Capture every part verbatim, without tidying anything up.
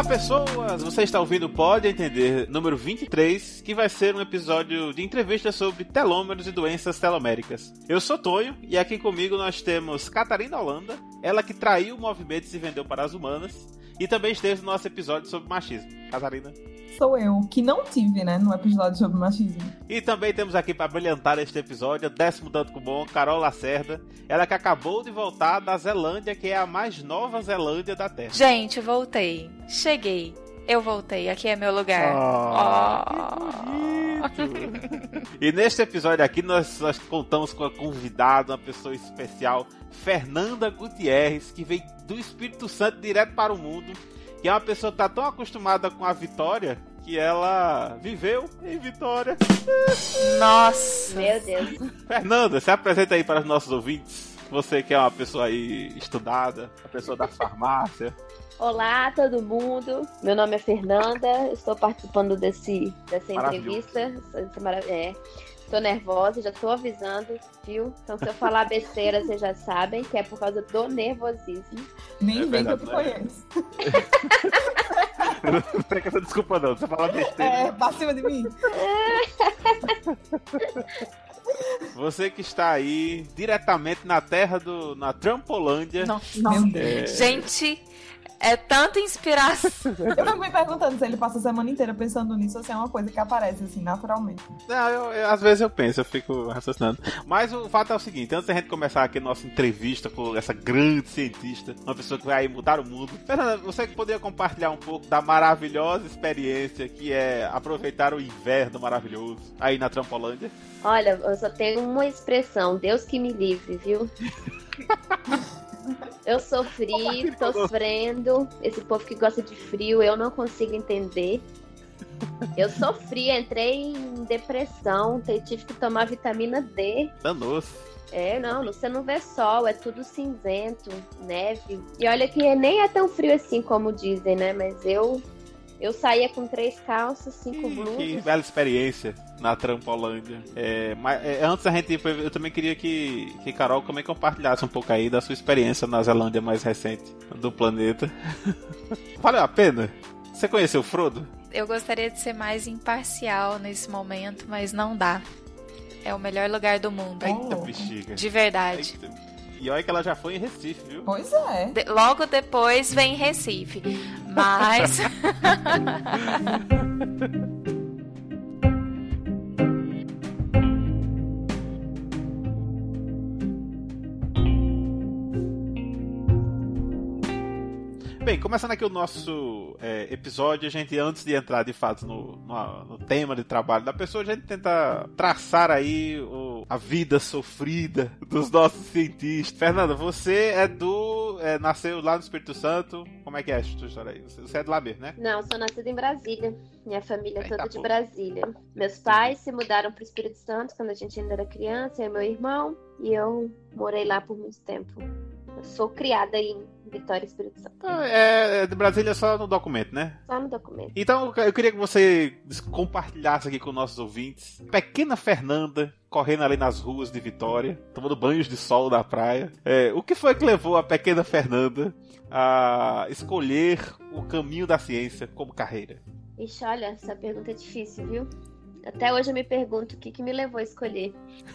pessoas! Você está ouvindo o Pode Entender número vinte e três, que vai ser um episódio de entrevista sobre telômeros e doenças teloméricas. Eu sou Tonho e aqui comigo nós temos Catarina Holanda, ela que traiu o movimento e se vendeu para as humanas, e também esteve no nosso episódio sobre machismo. Catarina? Sou eu, que não tive, né, no episódio sobre machismo. E também temos aqui para brilhantar este episódio, décimo tanto com bom, Carol Lacerda, ela que acabou de voltar da Zelândia, que é a mais nova Zelândia da Terra. Gente, voltei. Cheguei. Eu voltei. Aqui é meu lugar. Oh, que bonito. E neste episódio aqui nós, nós contamos com a convidada, uma pessoa especial, Fernanda Gutierrez, que veio do Espírito Santo direto para o mundo, que é uma pessoa que está tão acostumada com a Vitória que ela viveu em Vitória. Nossa! Meu Deus. Fernanda, se apresenta aí para os nossos ouvintes. Você que é uma pessoa aí estudada, uma pessoa da farmácia. Olá, todo mundo. Meu nome é Fernanda. Estou participando desse, dessa entrevista. Essa marav- é. Tô nervosa, já tô avisando, viu? Então, se eu falar besteira, vocês já sabem que é por causa do nervosismo. Nem É vem que eu verdade, te né? conheço. Não tem essa desculpa não, você fala besteira. É, pra cima de mim. Você que está aí diretamente na terra do... na Trampolândia. Nossa. Meu Deus. Gente, é tanta inspiração. Eu fico me perguntando se ele passa a semana inteira pensando nisso ou se é uma coisa que aparece assim, naturalmente. Não, eu, eu- às vezes eu penso, eu fico raciocinando. Mas o fato é o seguinte, antes da gente começar aqui a nossa entrevista com essa grande cientista, uma pessoa que vai aí mudar o mundo. Fernanda, você que poderia compartilhar um pouco da maravilhosa experiência que é aproveitar o inverno maravilhoso aí na Trampolândia? Olha, eu só tenho uma expressão, Deus que me livre, viu? Eu sofri, tô sofrendo. Esse povo que gosta de frio, eu não consigo entender. Eu sofri, entrei em depressão, te- tive que tomar vitamina D. Danou-se. É, não, você não vê sol, é tudo cinzento, neve. E olha que nem é tão frio assim como dizem, né? Mas eu eu saía com três calças, cinco Que blusas. bela experiência na Trampolândia. É, mas, é, antes da gente ir, eu também queria que, que Carol também compartilhasse um pouco aí da sua experiência na Zelândia mais recente do planeta. Valeu a pena? Você conheceu o Frodo? Eu gostaria de ser mais imparcial nesse momento, mas não dá. É o melhor lugar do mundo. Eita, Oh. bexiga. De verdade. Eita. E olha que ela já foi em Recife, viu? Pois é. De- logo depois vem Recife. Mas. Bem, começando aqui o nosso é, episódio, a gente, antes de entrar de fato no, no, no tema de trabalho da pessoa, a gente tenta traçar aí o, a vida sofrida dos nossos cientistas. Fernanda, você é do... É, nasceu lá no Espírito Santo. Como é que é a sua história aí? Você, você é de lá mesmo, né? Não, sou nascida em Brasília. Minha família é Eita, toda de pô. Brasília. Meus pais se mudaram para o Espírito Santo quando a gente ainda era criança, eu e meu irmão, e eu morei lá por muito tempo. Eu sou criada em Vitória, Espírito Santo. Ah, É, é de Brasília só no documento, né? Só no documento. Então, eu queria que você compartilhasse aqui com nossos ouvintes. Pequena Fernanda, correndo ali nas ruas de Vitória, tomando banhos de sol na praia. É, o que foi que levou a pequena Fernanda a escolher o caminho da ciência como carreira? Ixi, olha, essa pergunta é difícil, viu? Até hoje eu me pergunto o que, que me levou a escolher.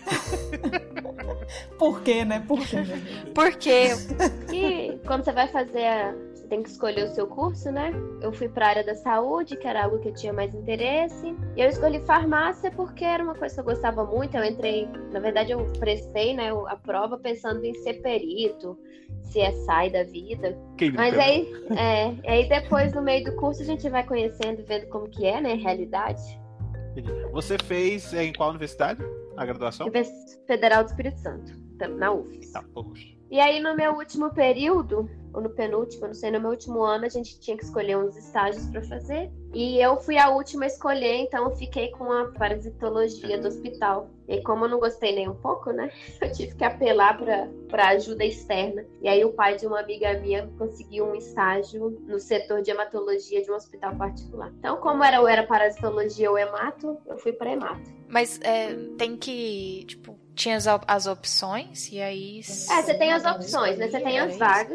Por quê, né? Por quê, meu Deus? Por quê? E quando você vai fazer, a... você tem que escolher o seu curso, né? Eu fui para a área da saúde, que era algo que eu tinha mais interesse. E eu escolhi farmácia porque era uma coisa que eu gostava muito. Eu entrei, na verdade, eu prestei, né, a prova pensando em ser perito, C S I da vida. Quem Mas nunca? aí, é, aí depois, no meio do curso, a gente vai conhecendo, vendo como que é, né, a realidade. Você fez em qual universidade? A graduação? Universidade Federal do Espírito Santo, na U F S. Tá, poxa. E aí, no meu último período, ou no penúltimo, não sei, no meu último ano, a gente tinha que escolher uns estágios para fazer. E eu fui a última a escolher, então eu fiquei com a parasitologia do hospital. E aí, como eu não gostei nem um pouco, né? Eu tive que apelar para ajuda externa. E aí, o pai de uma amiga minha conseguiu um estágio no setor de hematologia de um hospital particular. Então, como era, ou era parasitologia ou hemato, eu fui para hemato. Mas é, tem que, tipo, tinha as, op- as opções e aí... É, você tem as opções, né? Você tem as vagas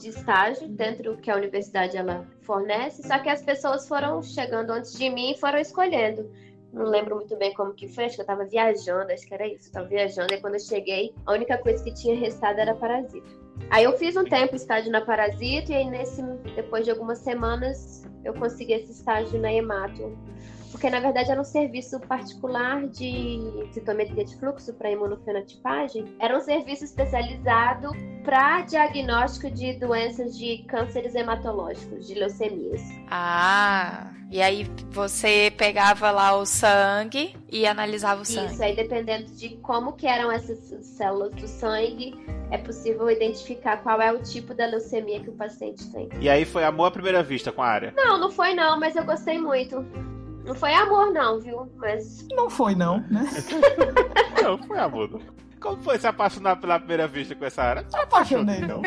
de estágio dentro do que a universidade ela fornece, só que as pessoas foram chegando antes de mim e foram escolhendo. Não lembro muito bem como que foi, acho que eu tava viajando, acho que era isso, eu tava viajando, e quando eu cheguei, a única coisa que tinha restado era Parasita. Aí eu fiz um tempo estágio na Parasita, e aí nesse, depois de algumas semanas, eu consegui esse estágio na Hemato. Porque, na verdade, era um serviço particular de citometria de fluxo para imunofenotipagem. Era um serviço especializado para diagnóstico de doenças de cânceres hematológicos, de leucemias. Ah, e aí você pegava lá o sangue e analisava o sangue. Isso, aí dependendo de como que eram essas células do sangue, é possível identificar qual é o tipo da leucemia que o paciente tem. E aí foi amor à primeira vista com a área? Não, não foi não, mas eu gostei muito. Não foi amor não, viu? Mas... Não foi não, né? Não, foi amor. Não. Como foi se apaixonar pela primeira vista com essa área? Não apaixonei não.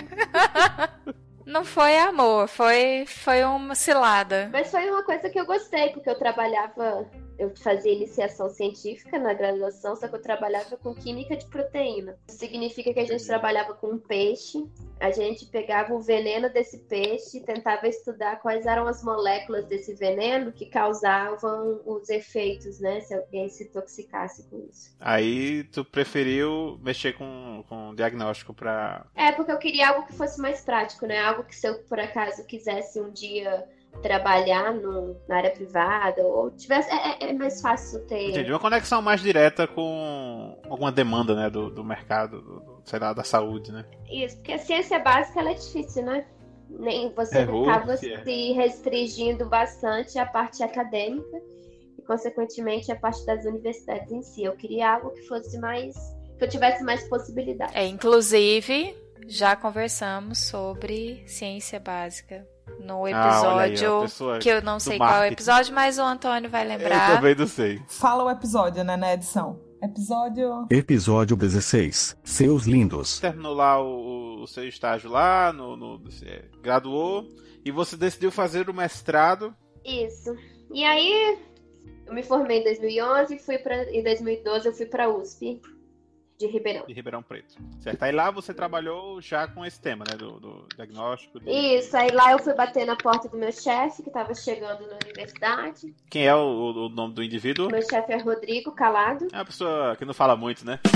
Não foi amor, foi, foi uma cilada. Mas foi uma coisa que eu gostei, porque eu trabalhava... Eu fazia iniciação científica na graduação, só que eu trabalhava com química de proteína. Isso significa que a gente trabalhava com um peixe, a gente pegava o veneno desse peixe e tentava estudar quais eram as moléculas desse veneno que causavam os efeitos, né? Se alguém se intoxicasse com isso. Aí tu preferiu mexer com, com diagnóstico pra... É, porque eu queria algo que fosse mais prático, né? Algo que se eu, por acaso, quisesse um dia... trabalhar no, na área privada ou tivesse é, é mais fácil ter. Entendi, uma conexão mais direta com alguma demanda, né, do, do mercado, do, do, sei lá, da saúde, né? Isso, porque a ciência básica ela é difícil, né? Nem você É, acaba é. se restringindo bastante a parte acadêmica e consequentemente a parte das universidades em si. Eu queria algo que fosse mais, que eu tivesse mais possibilidades. É, inclusive já conversamos sobre ciência básica no episódio, ah, aí, ó, que eu não sei qual é o episódio, mas o Antônio vai lembrar. Eu também não sei. Fala o episódio, né, na edição. Episódio... Episódio dezesseis. Seus lindos. Terminou lá o, o seu estágio lá, no, no, você graduou, e você decidiu fazer o mestrado. Isso. E aí, eu me formei em dois mil e onze, fui pra, em dois mil e doze eu fui para a U S P. De Ribeirão. De Ribeirão Preto. Certo. Aí lá você trabalhou já com esse tema, né? Do, do diagnóstico. De... Isso, aí lá eu fui bater na porta do meu chefe, que estava chegando na universidade. Quem é o, o nome do indivíduo? Meu chefe é Rodrigo Calado. É uma pessoa que não fala muito, né?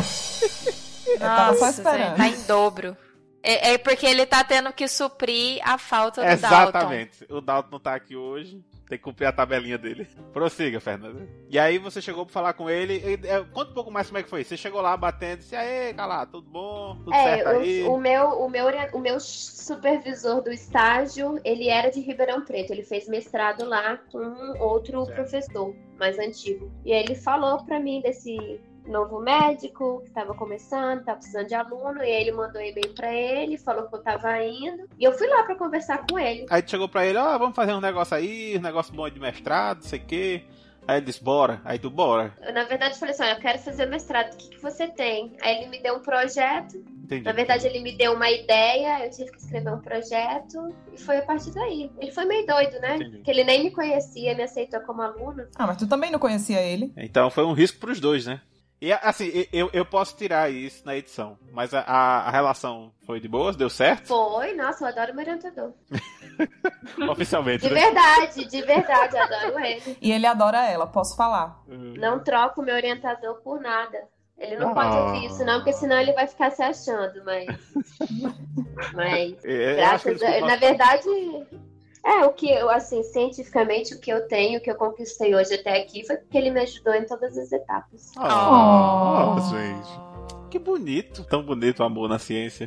Nossa, tá em dobro. É, é porque ele tá tendo que suprir a falta do Exatamente. Dalton. Exatamente. O Dalton não tá aqui hoje. Tem que cumprir a tabelinha dele. Prossiga, Fernanda. E aí você chegou pra falar com ele. E, é, conta um pouco mais como é que foi. Você chegou lá batendo e disse, aê, Calado, tudo bom? Tudo é, certo aí? O, o, meu, o, meu, o meu supervisor do estágio, ele era de Ribeirão Preto. Ele fez mestrado lá com outro certo. professor mais antigo. E aí ele falou pra mim desse... novo médico, que estava começando, estava precisando de aluno, e aí ele mandou um e-mail pra ele, falou que eu tava indo, e eu fui lá pra conversar com ele. Aí chegou pra ele, ó, oh, vamos fazer um negócio aí, um negócio bom de mestrado, não sei o quê. Aí ele disse, bora. Aí tu, bora. Eu, na verdade, falei assim, ó, eu quero fazer mestrado, o que, que você tem? Aí ele me deu um projeto, entendi, na verdade ele me deu uma ideia, eu tive que escrever um projeto, e foi a partir daí. Ele foi meio doido, né? Entendi. Porque ele nem me conhecia, me aceitou como aluno. Ah, mas tu também não conhecia ele? Então foi um risco pros dois, né? E assim, eu, eu posso tirar isso na edição, mas a, a, a relação foi de boas? Deu certo? Foi, nossa, eu adoro meu orientador. Oficialmente, de né? verdade, de verdade, eu adoro ele. E ele adora ela, posso falar. Uhum. Não troco meu orientador por nada. Ele não ah. pode ouvir isso, não, porque senão ele vai ficar se achando, mas... mas, é, graças a... posso... Na verdade... É, o que eu, assim, cientificamente, o que eu tenho, o que eu conquistei hoje até aqui, foi porque ele me ajudou em todas as etapas. Oh, oh gente. Que bonito. Tão bonito o amor na ciência.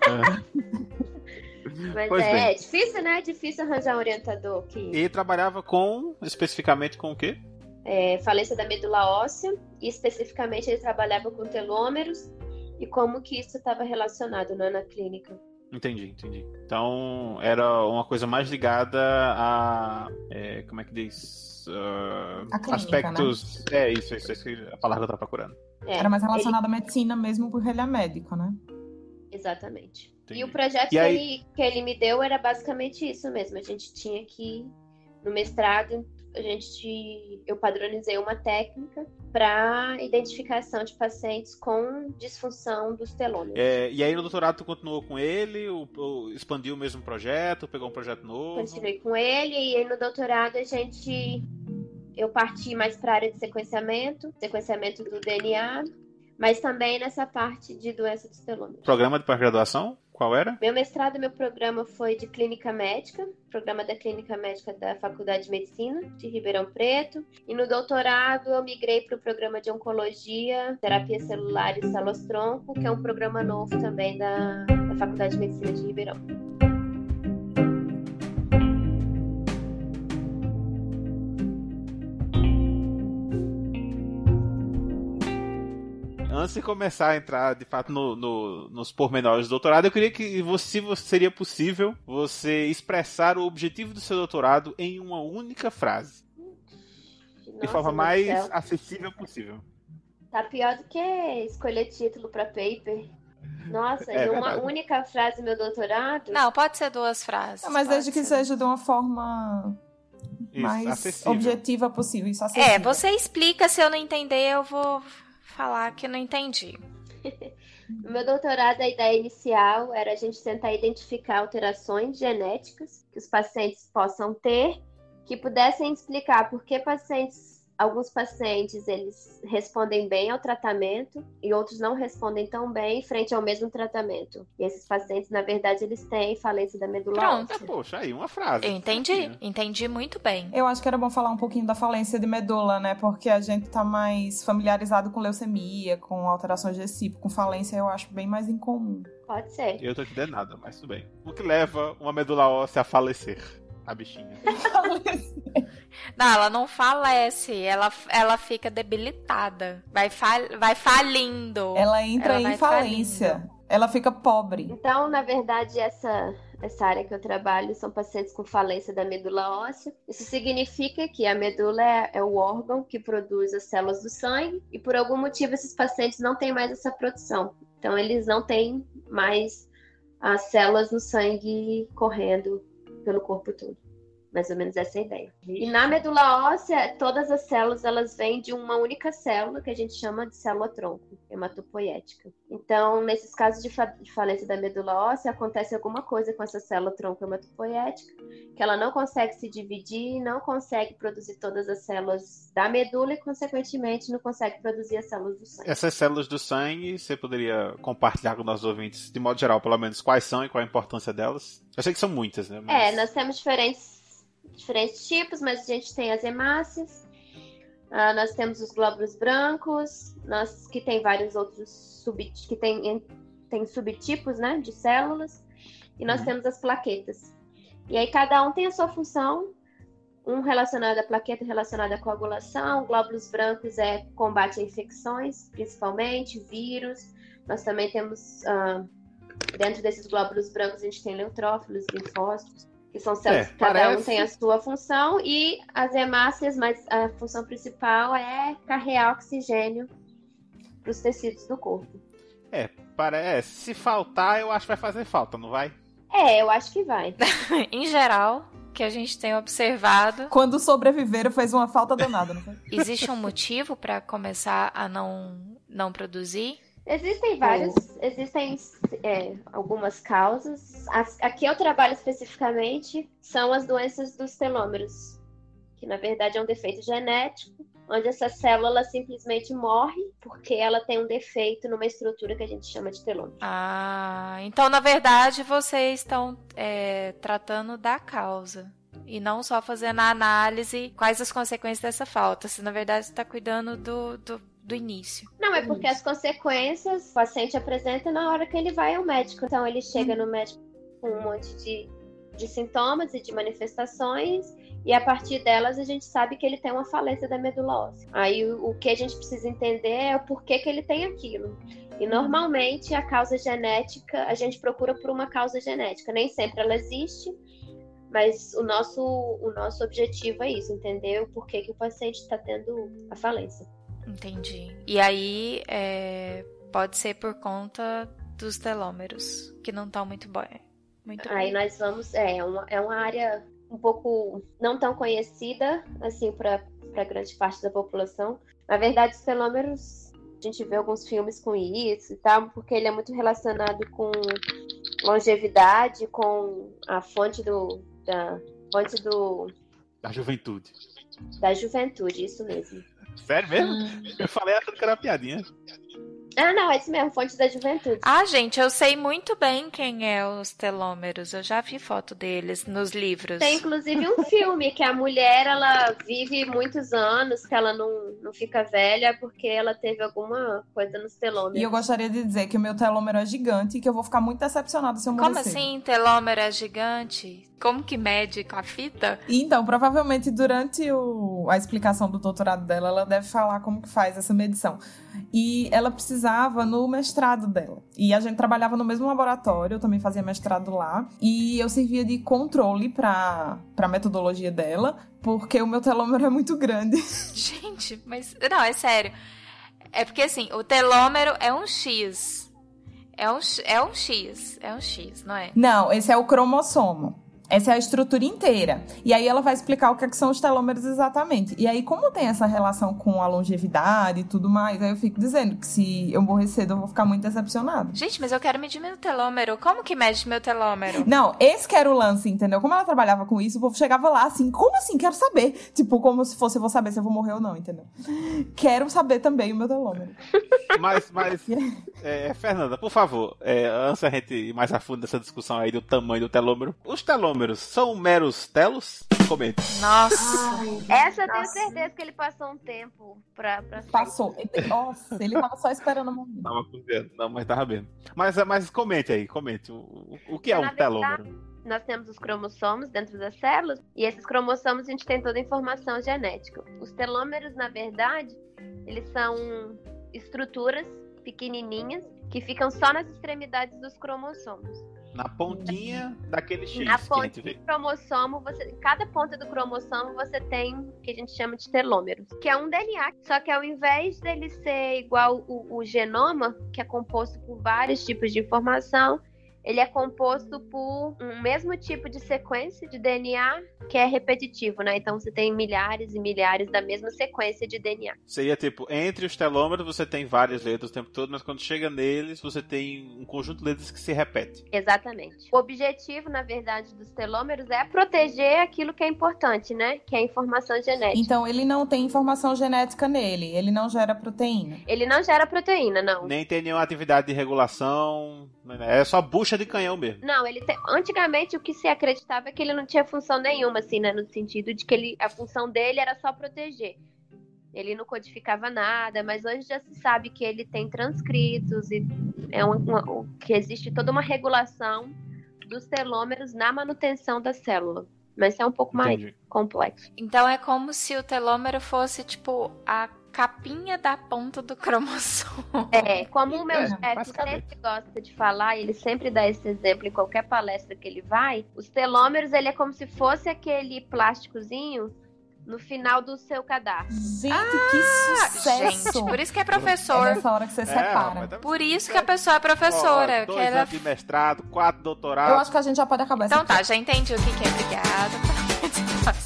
Mas pois é, bem. é difícil, né? É difícil arranjar um orientador que... E trabalhava com, especificamente com o quê? É, falência da medula óssea, e especificamente ele trabalhava com telômeros e como que isso estava relacionado, né, na clínica. Entendi, entendi. Então, era uma coisa mais ligada a... É, como é que diz? Uh, a clínica, aspectos... Né? É, isso, isso, isso. A palavra que eu tô procurando. É, era mais relacionado ele... à medicina mesmo, porque ele é médico, né? Exatamente. Entendi. E o projeto e que, aí... ele, que ele me deu era basicamente isso mesmo. A gente tinha que, no mestrado, a gente, eu padronizei uma técnica para identificação de pacientes com disfunção dos telômeros. É, e aí no doutorado tu continuou com ele, ou, ou expandiu o mesmo projeto, pegou um projeto novo? Continuei com ele e aí no doutorado a gente, eu parti mais para a área de sequenciamento, sequenciamento do D N A, mas também nessa parte de doença dos telômeros. Programa de pós-graduação? Qual era? Meu mestrado, meu programa foi de clínica médica, programa da clínica médica da Faculdade de Medicina de Ribeirão Preto. E no doutorado eu migrei para o programa de oncologia, terapia celular e células-tronco, que é um programa novo também da, da Faculdade de Medicina de Ribeirão. Antes de começar a entrar, de fato, no, no, nos pormenores do doutorado, eu queria que, se seria possível, você expressar o objetivo do seu doutorado em uma única frase. Nossa, de forma mais acessível possível. Tá pior do que escolher título para paper. Nossa, É em uma verdade. única frase meu doutorado? Não, pode ser duas frases. Não, mas pode desde que ser. seja de uma forma Isso, mais acessível. objetiva possível. Isso acessível. É, você explica, se eu não entender, eu vou falar que não entendi. No meu doutorado, a ideia inicial era a gente tentar identificar alterações genéticas que os pacientes possam ter, que pudessem explicar por que pacientes, alguns pacientes eles respondem bem ao tratamento e outros não respondem tão bem frente ao mesmo tratamento. E esses pacientes, na verdade, eles têm falência da medula Pronto. É, óssea. poxa, aí uma frase. Eu entendi, entendi muito bem. Eu acho que era bom falar um pouquinho da falência de medula, né? Porque a gente tá mais familiarizado com leucemia, com alterações desse tipo. Com falência eu acho bem mais incomum. Pode ser. Eu tô te dando nada, mas tudo bem. O que leva uma medula óssea a falecer? A bichinha. Não, ela não falece, ela, ela fica debilitada. Vai, fal, vai falindo. Ela entra Ela em vai falência. falindo. Ela fica pobre. Então, na verdade, essa, essa área que eu trabalho são pacientes com falência da medula óssea. Isso significa que a medula é, é o órgão que produz as células do sangue e, por algum motivo, esses pacientes não têm mais essa produção. Então, eles não têm mais as células no sangue correndo pelo corpo todo. Mais ou menos essa é a ideia. E na medula óssea, todas as células elas vêm de uma única célula, que a gente chama de célula-tronco, hematopoética. Então, nesses casos de, fa- de falência da medula óssea, acontece alguma coisa com essa célula-tronco hematopoética, que ela não consegue se dividir, não consegue produzir todas as células da medula e, consequentemente, não consegue produzir as células do sangue. Essas células do sangue, você poderia compartilhar com nossos ouvintes, de modo geral, pelo menos, quais são e qual a importância delas? Eu sei que são muitas, né? Mas... É, nós temos diferentes diferentes tipos, mas a gente tem as hemácias, uh, nós temos os glóbulos brancos, nós, que tem vários outros sub, que tem, tem subtipos, né, de células, e nós Uhum. temos as plaquetas. E aí cada um tem a sua função, um relacionado à plaqueta relacionado à coagulação, glóbulos brancos é combate a infecções, principalmente, vírus. Nós também temos, uh, dentro desses glóbulos brancos, a gente tem neutrófilos, linfócitos, que são células É, que cada um parece- tem a sua função, e as hemácias, mas a função principal é carregar oxigênio para os tecidos do corpo. É, parece. Se faltar, eu acho que vai fazer falta, não vai? É, eu acho que vai. Em geral, que a gente tem observado, Quando sobreviveram, fez uma falta danada, não foi? existe um motivo para começar a não, não produzir? Existem vários, existem é, algumas causas. As, a que eu trabalho especificamente são as doenças dos telômeros, que na verdade é um defeito genético, onde essa célula simplesmente morre porque ela tem um defeito numa estrutura que a gente chama de telômero. Ah, então na verdade vocês estão é, tratando da causa e não só fazendo a análise quais as consequências dessa falta. Se na verdade você está cuidando do, do, do início. Não, é porque as consequências o paciente apresenta na hora que ele vai ao médico. Então ele chega no médico com um monte de, de sintomas e de manifestações, e a partir delas a gente sabe que ele tem uma falência da medula óssea. Aí o, o que a gente precisa entender é o porquê que ele tem aquilo. E normalmente a causa genética, a gente procura por uma causa genética. Nem sempre ela existe, mas o nosso, o nosso objetivo é isso, entender o porquê que o paciente está tendo a falência. Entendi. E aí é, pode ser por conta dos telômeros, que não estão muito bons. Muito Aí bem. nós vamos, é uma, é uma área um pouco não tão conhecida, assim, para grande parte da população. Na verdade, os telômeros, a gente vê alguns filmes com isso e tal, porque ele é muito relacionado com longevidade, com a fonte do... Da, fonte do... Da juventude. Da juventude, isso mesmo. Sério mesmo? Eu falei achando que era uma piadinha. Ah, não, é isso mesmo, fonte da juventude. Ah, gente, eu sei muito bem quem é os telômeros. Eu já vi foto deles nos livros. Tem, inclusive, um filme que a mulher, ela vive muitos anos, que ela não, não fica velha porque ela teve alguma coisa nos telômeros. E eu gostaria de dizer que o meu telômero é gigante e que eu vou ficar muito decepcionada se eu morrer Como cedo. assim, telômero é gigante? Como que mede com a fita? Então, provavelmente durante o, a explicação do doutorado dela, ela deve falar como que faz essa medição. E ela precisava no mestrado dela. E a gente trabalhava no mesmo laboratório, eu também fazia mestrado lá. E eu servia de controle para a metodologia dela, porque o meu telômero é muito grande. Gente, mas... Não, é sério. É porque, assim, o telômero é um X. É um, é um X. É um X, não é? Não, esse é o cromossomo. Essa é a estrutura inteira. E aí ela vai explicar o que, é que são os telômeros exatamente. E aí, como tem essa relação com a longevidade e tudo mais, aí eu fico dizendo que se eu morrer cedo, eu vou ficar muito decepcionada. Gente, mas eu quero medir meu telômero. Como que mede meu telômero? Não, esse que era o lance, entendeu? Como ela trabalhava com isso, o povo chegava lá assim, como assim? Quero saber. Tipo, como se fosse eu vou saber se eu vou morrer ou não, entendeu? Quero saber também o meu telômero. Mas, mas é, Fernanda, por favor, é, antes a gente ir mais a fundo dessa discussão aí do tamanho do telômero, os telômeros são meros telos? Comente. Nossa. Essa eu tenho Nossa. certeza que ele passou um tempo pra, pra sair. Passou. Ele- Nossa, ele tava só esperando o momento. Tava cozinhando. Não, mas tava vendo. Mas, mas comente aí, comente. O, o, o que é Na um telômero? Nós temos os cromossomos dentro das células, e esses cromossomos a gente tem toda a informação genética. Os telômeros, na verdade, eles são estruturas pequenininhas que ficam só nas extremidades dos cromossomos. Na pontinha daquele X Na que a ponta gente do vê. cromossomo, você, em cada ponta do cromossomo você tem o que a gente chama de telômeros, que é um D N A, só que ao invés dele ser igual o, o genoma, que é composto por vários tipos de informação, ele é composto por um mesmo tipo de sequência de D N A que é repetitivo, né? Então você tem milhares e milhares da mesma sequência de D N A. Seria tipo, entre os telômeros você tem várias letras o tempo todo, mas quando chega neles você tem um conjunto de letras que se repete. Exatamente. O objetivo, na verdade, dos telômeros é proteger aquilo que é importante, né? Que é a informação genética. Então, ele não tem informação genética nele, ele não gera proteína. Ele não gera proteína, não. Nem tem nenhuma atividade de regulação, é só bucha de canhão mesmo. Não, ele tem... antigamente o que se acreditava é que ele não tinha função nenhuma, assim, né? No sentido de que ele... a função dele era só proteger. Ele não codificava nada, mas hoje já se sabe que ele tem transcritos e é uma, uma... que existe toda uma regulação dos telômeros na manutenção da célula. Mas isso é um pouco mais Entendi. complexo. Então é como se o telômero fosse, tipo, a capinha da ponta do cromossomo. É, como o meu É, chefe basicamente. sempre gosta de falar, e ele sempre dá esse exemplo em qualquer palestra que ele vai, os telômeros, ele é como se fosse aquele plásticozinho no final do seu cadarço. Gente, que sucesso! Gente, por isso que é É professor. nessa hora que você separa. mas tá- Por isso que a pessoa é professora. Ó, ó, dois que ela... anos de mestrado, quatro doutorados. Eu acho que a gente já pode acabar Então essa tá, já entendi o que que é. Obrigada.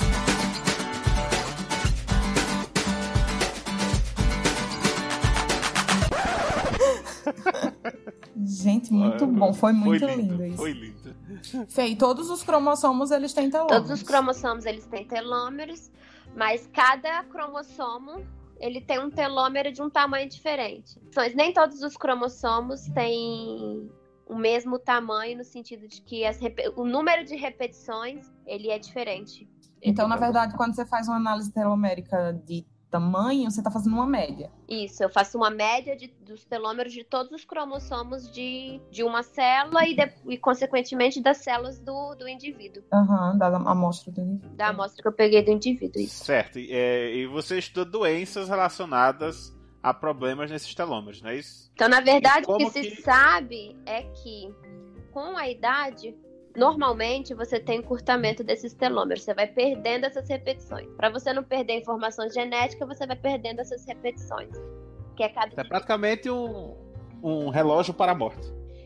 Gente, muito Ah, bom. Foi muito lindo, lindo isso. Foi lindo. Fê, e todos os cromossomos, eles têm telômeros. Todos os cromossomos, eles têm telômeros, mas cada cromossomo, ele tem um telômero de um tamanho diferente. Mas nem todos os cromossomos têm o mesmo tamanho, no sentido de que as rep... o número de repetições, ele é diferente. Então, na verdade, quando você faz uma análise telomérica de tamanho, você está fazendo uma média. Isso, eu faço uma média de, dos telômeros de todos os cromossomos de, de uma célula e, de, e, consequentemente, das células do, do indivíduo. Aham, uhum, da amostra do indivíduo. Da amostra que eu peguei do indivíduo, isso. Certo, e, é, e você estuda doenças relacionadas a problemas nesses telômeros, não é isso? Então, na verdade, E o que como se que- sabe é que, com a idade, normalmente você tem encurtamento desses telômeros. Você vai perdendo essas repetições. Para você não perder informação genética, você vai perdendo essas repetições. Que é cada... É praticamente um, um relógio para a morte.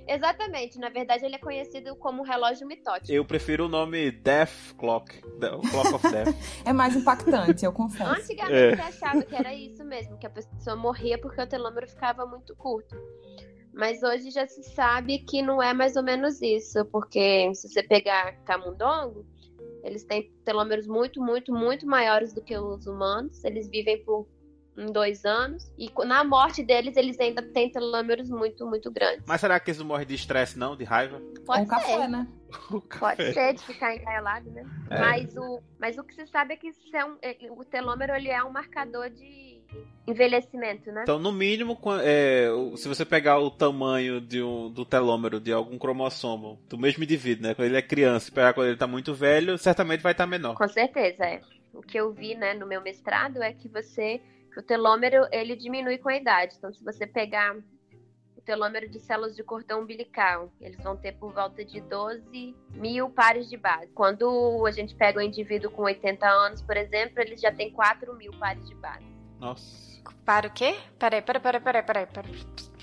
Exatamente, na verdade ele é conhecido como relógio mitótico. Eu prefiro o nome Death Clock, o Clock of Death. É mais impactante, eu confesso. Antigamente é. você achava que era isso mesmo, que a pessoa morria porque o telômero ficava muito curto. Mas hoje já se sabe que não é mais ou menos isso, porque se você pegar camundongo, eles têm telômeros muito, muito, muito maiores do que os humanos. Eles vivem por em dois anos. E na morte deles, eles ainda têm telômeros muito, muito grandes. Mas será que eles não morrem de estresse, não? De raiva? Ou Pode ser. café, né? O café. Pode ser, de ficar encaiolado, né? É. Mas, o, mas o que se sabe é que isso é um, o telômero ele é um marcador de envelhecimento, né? Então, no mínimo, é, se você pegar o tamanho de um, do telômero de algum cromossomo do mesmo indivíduo, né? Quando ele é criança e pegar quando ele tá muito velho, certamente vai estar menor. Com certeza, é. O que eu vi, né, no meu mestrado é que você... O telômero, ele diminui com a idade. Então, se você pegar o telômero de células de cordão umbilical, eles vão ter por volta de doze mil pares de base. Quando a gente pega um indivíduo com oitenta anos, por exemplo, eles já têm quatro mil pares de base. Nossa. Para o quê? Peraí, peraí, peraí, peraí, peraí. peraí.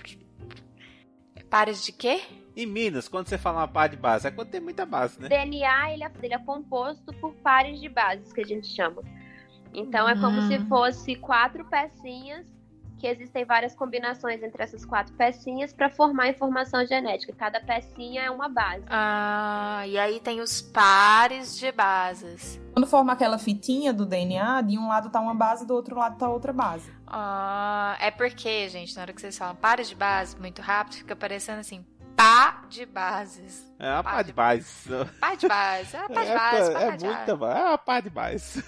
Pares de quê? Em Minas, quando você fala uma par de base, é quando tem muita base, né? O D N A, ele é, ele é composto por pares de bases, que a gente chama. Então, é como Hum. se fosse quatro pecinhas, que existem várias combinações entre essas quatro pecinhas para formar informação genética. Cada pecinha é uma base. Ah, e aí tem os pares de bases. Quando forma aquela fitinha do D N A, de um lado tá uma base, do outro lado tá outra base. Ah, é porque, gente, na hora que vocês falam pares de bases, muito rápido, fica parecendo assim, pá de bases. É uma Pá par de- de base. Pá de bases, é pá de É, bases, é, pá é de muita base. É uma par de base.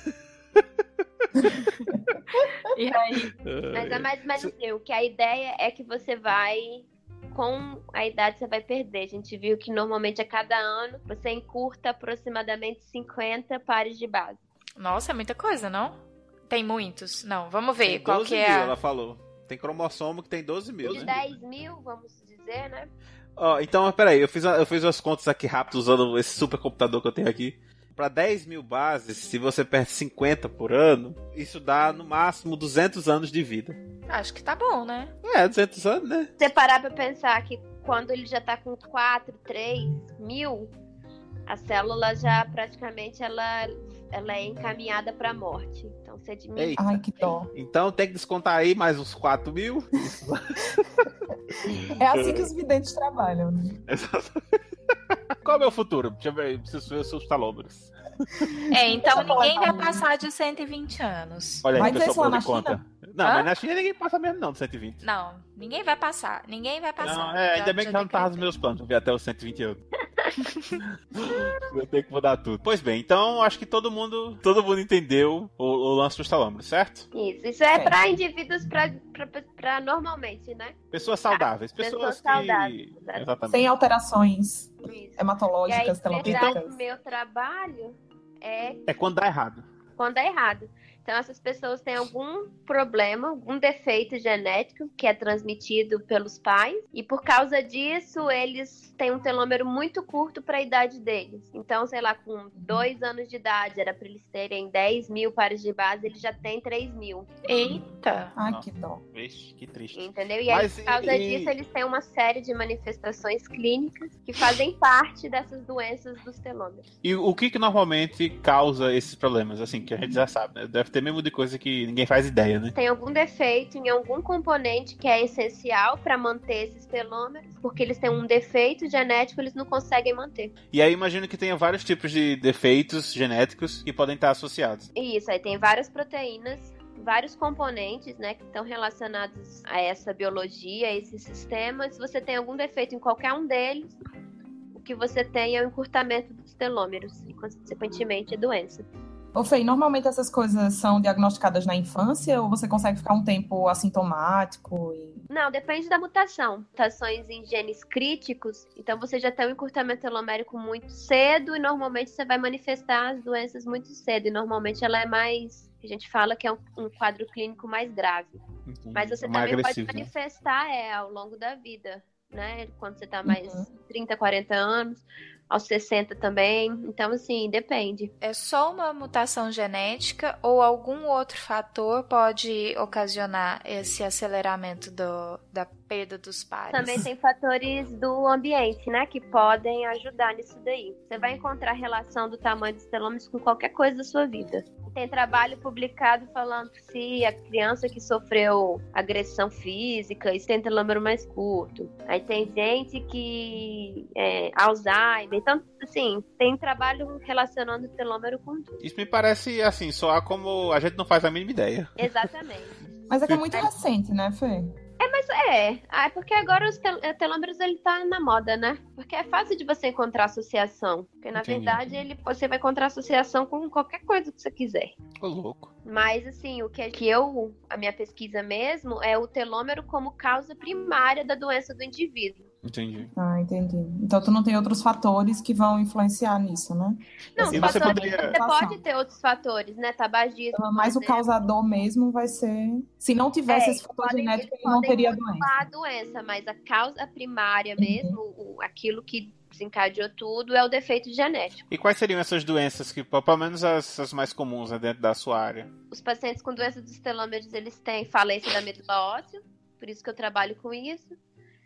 E aí? Mas é mais ou menos assim, o que a ideia é que você vai, com a idade você vai perder. A gente viu que normalmente a cada ano você encurta aproximadamente cinquenta pares de base. Nossa, é muita coisa, não? Tem muitos? Não, vamos ver Tem qual doze que mil, é. a- ela falou. Tem cromossomo que tem doze mil, De né? dez mil, vamos dizer, né? Ó, então, peraí, eu fiz, a- eu fiz umas contas aqui rápido usando esse supercomputador que eu tenho aqui. Pra dez mil bases, se você perde cinquenta por ano, isso dá no máximo duzentos anos de vida. Acho que tá bom, né? É, duzentos anos, né? Se você parar pra pensar que quando ele já tá com quatro, três mil, a célula já praticamente ela, ela é encaminhada pra morte. Então você diminui. Eita. Ai, que dó. Então tem que descontar aí mais uns quatro mil. É assim que os videntes trabalham, né? Qual é o meu futuro? Deixa eu ver, preciso ver os seus telômeros. É, então Deixa eu ninguém falar. vai passar de cento e vinte anos. Olha Vai aí, ter pessoal, isso lá por de na conta. Não, Hã? mas na China ninguém passa mesmo não, de cento e vinte. Não, ninguém vai passar. Ninguém vai passar. Não, é, ainda bem que já não tava nos meus planos, eu vi até os cento e vinte anos. Eu tenho que mudar tudo. Pois bem, então acho que todo mundo, todo mundo entendeu o, o lance dos telômeros, certo? Isso, isso é É. pra indivíduos pra, pra, pra normalmente, né? Pessoas saudáveis, pessoas, Pessoas que... saudáveis, exato. Exatamente. Sem alterações Isso. E aí, hematológicas, na verdade, telopêmicas. o meu trabalho é É quando dá errado. quando é errado. Então, essas pessoas têm algum problema, algum defeito genético que é transmitido pelos pais, e por causa disso, eles têm um telômero muito curto para a idade deles. Então, sei lá, com dois anos de idade, era para eles terem dez mil pares de base, eles já têm três mil. Eita. Ai, que dó. Vixe, que triste. Entendeu? E aí, Mas por causa e- disso, eles têm uma série de manifestações clínicas que fazem parte dessas doenças dos telômeros. E o que que normalmente causa esses problemas, assim, que a gente já sabe, né? Deve ter mesmo de coisa que ninguém faz ideia, né? Tem algum defeito em algum componente que é essencial para manter esses telômeros, porque eles têm um defeito genético, eles não conseguem manter. E aí imagino que tenha vários tipos de defeitos genéticos que podem estar associados. Isso, aí tem várias proteínas, vários componentes, né, que estão relacionados a essa biologia, a esse sistema. Se você tem algum defeito em qualquer um deles, o que você tem é o encurtamento dos telômeros e, consequentemente, a doença. Ô, Fê, normalmente essas coisas são diagnosticadas na infância ou você consegue ficar um tempo assintomático? E... Não, depende da mutação. Mutações em genes críticos, então você já tem um encurtamento telomérico muito cedo e normalmente você vai manifestar as doenças muito cedo. E normalmente ela é mais, a gente fala que é um, um quadro clínico mais grave. Mas você É mais também agressivo, pode né? manifestar é, ao longo da vida, né? Quando você tá mais Uhum. trinta, quarenta anos. aos sessenta também. Então, assim, depende. É só uma mutação genética ou algum outro fator pode ocasionar esse aceleramento do, da perda dos pares? Também tem fatores do ambiente, né, que podem ajudar nisso daí. Você vai encontrar relação do tamanho dos telômeros com qualquer coisa da sua vida. Tem trabalho publicado falando se a criança que sofreu agressão física, isso tem telômero mais curto. Aí tem gente que é Alzheimer. Então, assim, tem trabalho relacionando o telômero com tudo. Isso me parece, assim, soar como a gente não faz a mínima ideia. Exatamente. Mas é que é muito recente, né, Fê? É, mas é. Ah, é porque agora os tel- telômeros, ele tá na moda, né? Porque é fácil de você encontrar associação. Porque, na Entendi. verdade, ele, você vai encontrar associação com qualquer coisa que você quiser. Ô, louco. Mas, assim, o que, que eu, a minha pesquisa mesmo, é o telômero como causa primária da doença do indivíduo. Entendi. Ah, entendi. Então tu não tem outros fatores que vão influenciar nisso, né? Não, E os você fatores, poderia- você pode ter outros fatores, né? Tabagismo, Então, mas o por exemplo. causador mesmo vai ser... Se não tivesse É, esse fator podem- genético, eles ele não podem teria modular doença. a doença, mas a causa primária Uhum. mesmo, o- aquilo que desencadeou tudo, é o defeito genético. E quais seriam essas doenças que, pelo menos as, as mais comuns, né, dentro da sua área? Os pacientes com doença dos telômeros, eles têm falência da medula óssea, por isso que eu trabalho com isso.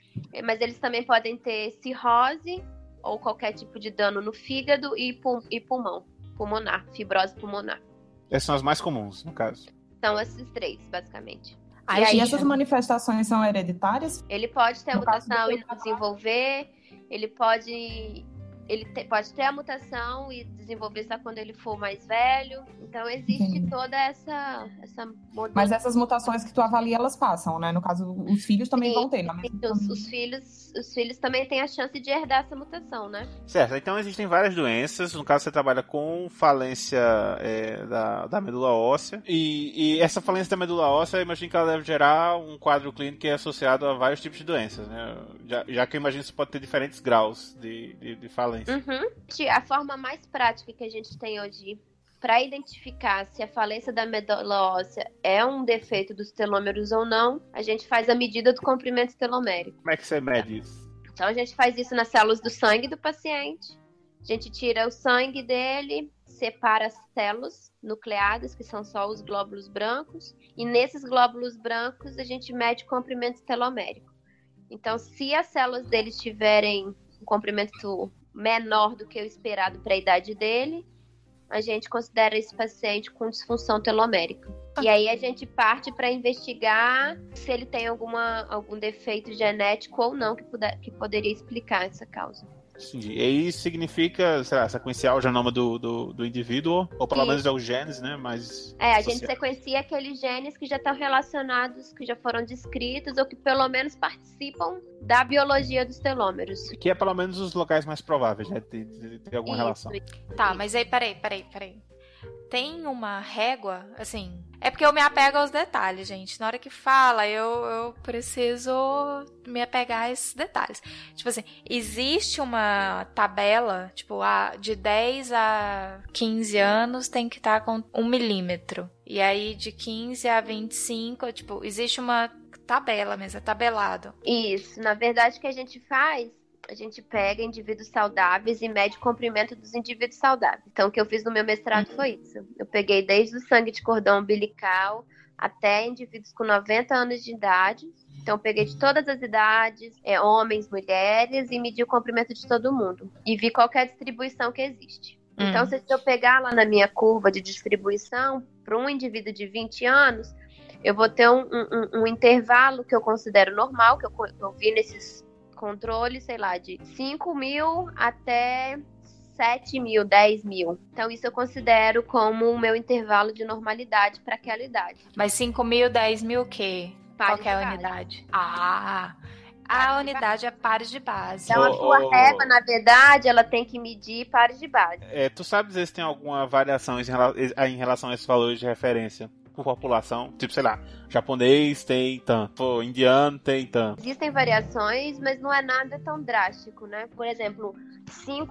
Mas eles também podem ter cirrose ou qualquer tipo de dano no fígado e, pul- e pulmão, pulmonar, fibrose pulmonar. Essas são as mais comuns, no caso. São esses três, basicamente. Ai, E aí gente, essas manifestações são hereditárias? Ele pode ter a No caso mutação do e não desenvolver, ele pode, ele te- pode ter a mutação e desenvolver só quando ele for mais velho. Então existe Entendi. toda essa, essa mudança. Mas essas mutações que tu avalia, elas passam, né? No caso, os filhos também Sim, vão ter. Na mesma Os, família. os filhos, os filhos também têm a chance de herdar essa mutação, né? Certo, então existem várias doenças. No caso, você trabalha com falência é, da, da medula óssea. E, e essa falência da medula óssea, eu imagino que ela deve gerar um quadro clínico que é associado a vários tipos de doenças, né? Já, já que eu imagino que você pode ter diferentes graus de, de, de falência. Uhum. A forma mais prática que a gente tem hoje para identificar se a falência da medula óssea é um defeito dos telômeros ou não, a gente faz a medida do comprimento telomérico. Como é que você mede isso? Então a gente faz isso nas células do sangue do paciente. A gente tira o sangue dele, separa as células nucleadas, que são só os glóbulos brancos, e nesses glóbulos brancos a gente mede o comprimento telomérico. Então, se as células dele tiverem um comprimento menor do que o esperado para a idade dele, a gente considera esse paciente com disfunção telomérica. E aí a gente parte para investigar se ele tem alguma, algum defeito genético ou não que, puder, que poderia explicar essa causa. Entendi. E isso significa, sei lá, sequenciar o genoma do, do, do indivíduo, ou pelo Isso. menos é os genes, né? Mas É, a gente associado. sequencia aqueles genes que já estão relacionados, que já foram descritos ou que pelo menos participam da biologia dos telômeros. Que é pelo menos os locais mais prováveis, né? De, de ter alguma Isso, relação. Tá, mas aí, peraí, peraí, peraí. Tem uma régua, assim... É porque eu me apego aos detalhes, gente. Na hora que fala, eu, eu preciso me apegar a esses detalhes. Tipo assim, existe uma tabela, tipo, a, de dez a quinze anos tem que estar com um milímetro. E aí, de quinze a vinte e cinco, tipo, existe uma tabela mesmo, é tabelado. Isso, na verdade o que a gente faz, a gente pega indivíduos saudáveis e mede o comprimento dos indivíduos saudáveis. Então o que eu fiz no meu mestrado foi isso. Eu peguei desde o sangue de cordão umbilical até indivíduos com noventa anos de idade. Então eu peguei de todas as idades, é, homens, mulheres, e medi o comprimento de todo mundo. E vi qual que é a distribuição que existe. Hum. Então se eu pegar lá na minha curva de distribuição, para um indivíduo de vinte anos, eu vou ter um, um, um intervalo que eu considero normal, que eu, eu vi nesses controles, sei lá, de cinco mil até sete mil, dez mil. Então isso eu considero como o meu intervalo de normalidade para aquela idade. Mas cinco mil, dez mil o quê? Pares Qual que é a de base. unidade? Ah, Pares a de unidade é pares de base. Então a Ô, sua ô, régua, na verdade, ela tem que medir pares de base. É, tu sabe dizer se tem alguma variação em rela- em relação a esses valores de referência por população? Tipo, sei lá, japonês tem tanto, pô, indiano tem tanto. Existem variações, mas não é nada tão drástico, né? Por exemplo, cinco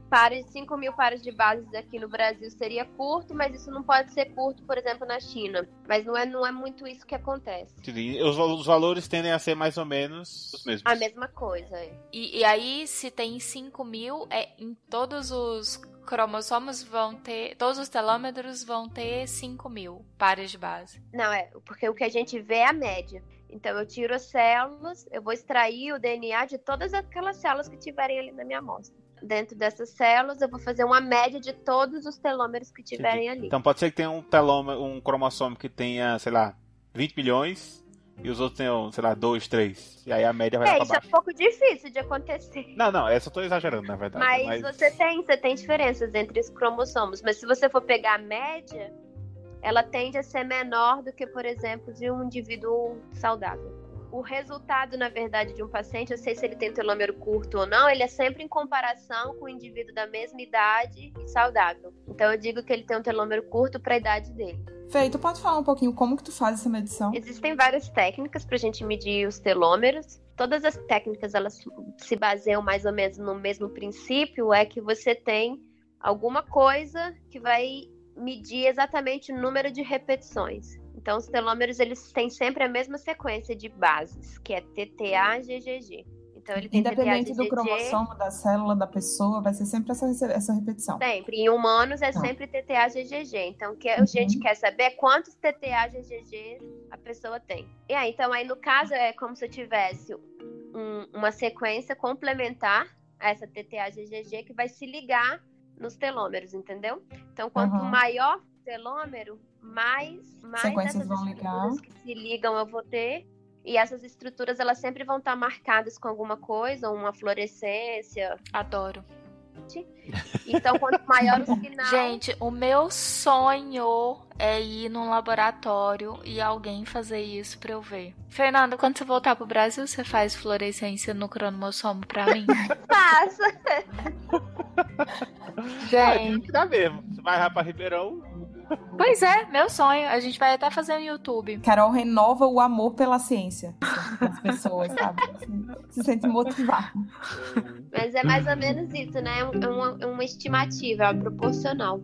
pares, cinco mil pares de bases aqui no Brasil seria curto, mas isso não pode ser curto, por exemplo, na China. Mas não é, não é muito isso que acontece. Os, os valores tendem a ser mais ou menos os mesmos. A mesma coisa, é. E, e aí, se tem cinco mil, é, em todos os cromossomos vão ter, todos os telômeros vão ter cinco mil pares de base. Não, é, porque o que a gente vê é a média. Então, eu tiro as células, eu vou extrair o D N A de todas aquelas células que tiverem ali na minha amostra. Dentro dessas células, eu vou fazer uma média de todos os telômeros que tiverem ali. Então, pode ser que tenha um telômero, um cromossomo que tenha, sei lá, vinte milhões e os outros tenham, sei lá, dois, três. E aí a média vai é, lá pra isso baixo. É um pouco difícil de acontecer. Não, não, essa eu tô exagerando, na verdade. Mas, mas... Você, tem, você tem diferenças entre os cromossomos. Mas se você for pegar a média, ela tende a ser menor do que, por exemplo, de um indivíduo saudável. O resultado, na verdade, de um paciente, eu sei se ele tem telômero curto ou não, ele é sempre em comparação com o indivíduo da mesma idade e saudável. Então eu digo que ele tem um telômero curto para a idade dele. Fê, tu pode falar um pouquinho como que tu faz essa medição? Existem várias técnicas para a gente medir os telômeros. Todas as técnicas, elas se baseiam mais ou menos no mesmo princípio, é que você tem alguma coisa que vai medir exatamente o número de repetições. Então, os telômeros, eles têm sempre a mesma sequência de bases, que é T T A G G G. Então, ele tem Independente T T A G G G, do cromossomo da célula da pessoa, vai ser sempre essa, essa repetição. Sempre. Em humanos, é Não. sempre T T A G G G. Então, o que a Uhum. gente quer saber é quantos T T A G G G a pessoa tem. E aí, então, aí no caso, é como se eu tivesse um, uma sequência complementar a essa T T A G G G que vai se ligar nos telômeros, entendeu? Então, quanto Uhum. maior o telômero, mais, mais Sequências dessas vão ligar. estruturas que se ligam eu vou ter. E essas estruturas, elas sempre vão estar marcadas com alguma coisa, uma fluorescência. Adoro. Então, quanto maior o sinal... Gente, o meu sonho é ir num laboratório e alguém fazer isso pra eu ver. Fernanda, quando você voltar pro Brasil, você faz fluorescência no cromossomo pra mim? Passa! Gente, Dá mesmo. Você vai lá pra Ribeirão... pois é, meu sonho. A gente vai até fazer um YouTube. Carol renova o amor pela ciência das pessoas, sabe? Se sente motivada. Mas é mais ou menos isso, né? É uma, é uma estimativa, é proporcional.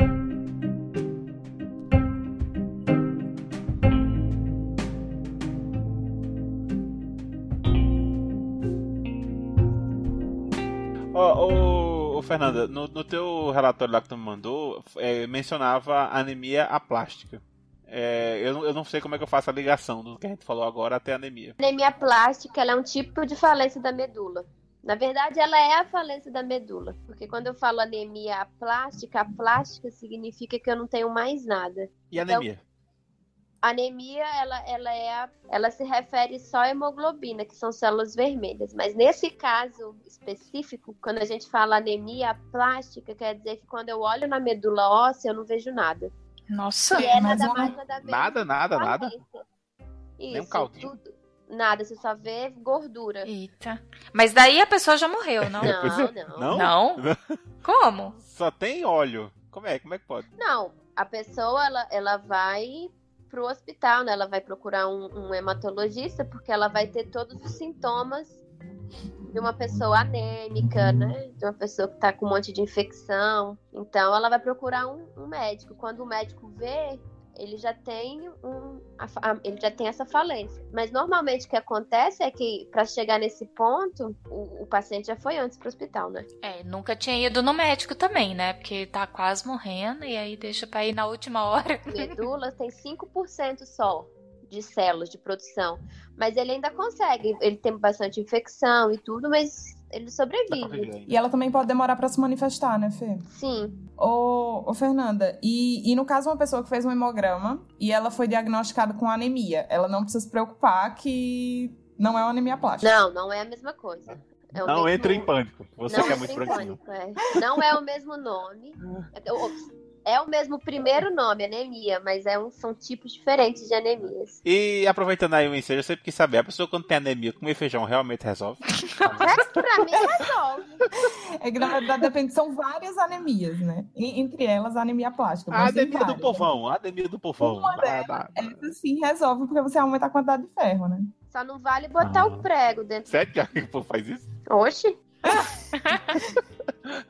Ô, ô, ô, Fernanda, no, no teu relatório lá que tu me mandou, é, mencionava anemia aplástica. É, eu, não- eu não sei como é que eu faço a ligação do que a gente falou agora até anemia. A anemia plástica, ela é um tipo de falência da medula. Na verdade, ela é a falência da medula. Porque quando eu falo anemia aplástica, a plástica significa que eu não tenho mais nada. E anemia? A anemia, ela, ela, é a- ela se refere só à hemoglobina, que são células vermelhas. Mas nesse caso específico, quando a gente fala anemia plástica, quer dizer que quando eu olho na medula óssea, eu não vejo nada. Nossa. E é mas nada uma- mais, nada menos. Nada, nada, nada? falência. Nem um Isso, caldinho? tudo. Nada, você só vê gordura. Eita. Mas daí a pessoa já morreu, não? Pois é. Não, não. Não? Não? Como? Só tem óleo. Como é? Como é que pode? Não, a pessoa, ela, ela vai pro hospital, né? Ela vai procurar um, um hematologista, porque ela vai ter todos os sintomas de uma pessoa anêmica, né? De uma pessoa que tá com um monte de infecção. Então, ela vai procurar um, um médico. Quando o médico vê, ele já tem um, a fa- a- ele já tem essa falência. Mas normalmente o que acontece é que para chegar nesse ponto, o, o paciente já foi antes pro hospital, né? É, nunca tinha ido no médico também, né? Porque tá quase morrendo e aí deixa pra ir na última hora. Medula tem cinco por cento só de células de produção. Mas ele ainda consegue. Ele tem bastante infecção e tudo, mas ele Dá pra sobrevive. viver ainda. E ela também pode demorar pra se manifestar, né, Fê? Sim. Ô, ô Fernanda, e, e no caso uma pessoa que fez um hemograma e ela foi diagnosticada com anemia, ela não precisa se preocupar que não é uma anemia plástica. Não, não é a mesma coisa. É o Não mesmo- entre em pânico. Você não que é entre muito em branquinho. pânico, é. Não é o mesmo nome. É, ops, é o mesmo primeiro nome, anemia, mas é um, são tipos diferentes de anemias. E aproveitando aí o ensejo, eu sempre quis saber, a pessoa quando tem anemia, comer feijão realmente resolve? Mas pra mim resolve. É que na verdade depende, são várias anemias, né? E, entre elas a anemia plástica. A mas tem anemia do várias. povão, a anemia do povão. Uma Dá- delas, dá- essa sim resolve porque você aumenta a quantidade de ferro, né? Só não vale botar Ah. o prego dentro. Sério que o povo faz isso? Oxi.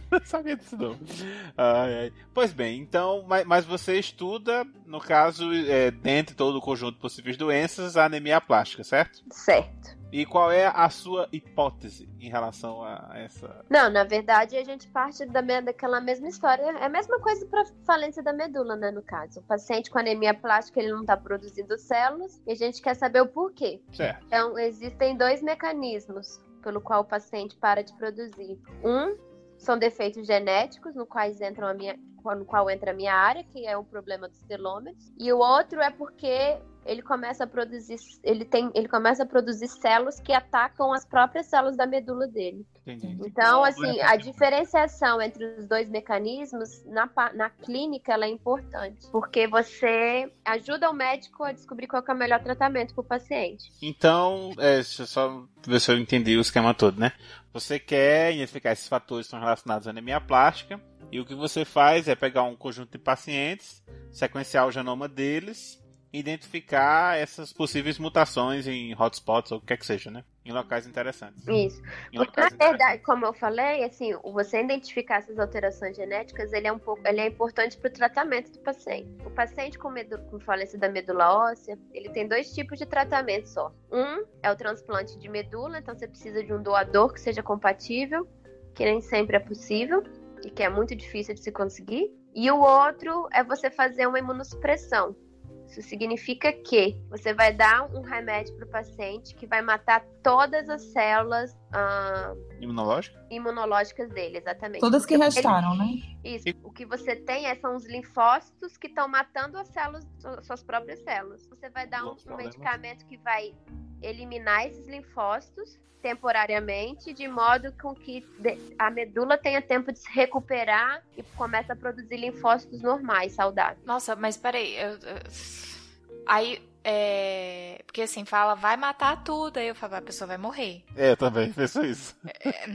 Não sabia disso não. Ai, ai. Pois bem, então, mas, mas você estuda, no caso, é, dentro de todo o conjunto de possíveis doenças, a anemia plástica, certo? Certo. E qual é a sua hipótese em relação a essa... Não, na verdade, a gente parte da, daquela mesma história. É a mesma coisa para falência da medula, né, no caso. O paciente com anemia plástica, ele não está produzindo células e a gente quer saber o porquê. Certo. Então, existem dois mecanismos pelo qual o paciente para de produzir. Um, são defeitos genéticos, no, quais entram a minha, no qual entra a minha área, que é o problema dos telômeros. E o outro é porque... ele começa a produzir, ele tem, ele começa a produzir células que atacam as próprias células da medula dele. Entendi. Então, assim, a diferenciação entre os dois mecanismos na, na clínica ela é importante, porque você ajuda o médico a descobrir qual que é o melhor tratamento para o paciente. Então, é, deixa eu só ver se eu entendi o esquema todo, né? Você quer identificar esses fatores que estão relacionados à anemia plástica, e o que você faz é pegar um conjunto de pacientes, sequenciar o genoma deles, identificar essas possíveis mutações em hotspots ou o que quer que seja, né? Em locais interessantes. Isso. Em Porque, na verdade, como eu falei, assim, você identificar essas alterações genéticas, ele é um pouco, ele é importante para o tratamento do paciente. O paciente com, medula, com falência da medula óssea, ele tem dois tipos de tratamento só. Um é o transplante de medula, então você precisa de um doador que seja compatível, que nem sempre é possível e que é muito difícil de se conseguir. E o outro é você fazer uma imunossupressão. Isso significa que você vai dar um remédio para o paciente que vai matar todas as células ah, imunológicas? imunológicas dele, exatamente. Todas que Porque restaram, ele... né? Isso. O que você tem é, são os linfócitos que estão matando as células, suas próprias células. Você vai dar um, um medicamento que vai eliminar esses linfócitos temporariamente, de modo com que a medula tenha tempo de se recuperar e comece a produzir linfócitos normais, saudáveis. Nossa, mas peraí, eu, eu... aí, é... porque assim, fala, vai matar tudo, aí eu falo, a pessoa vai morrer. É, eu também penso isso. É...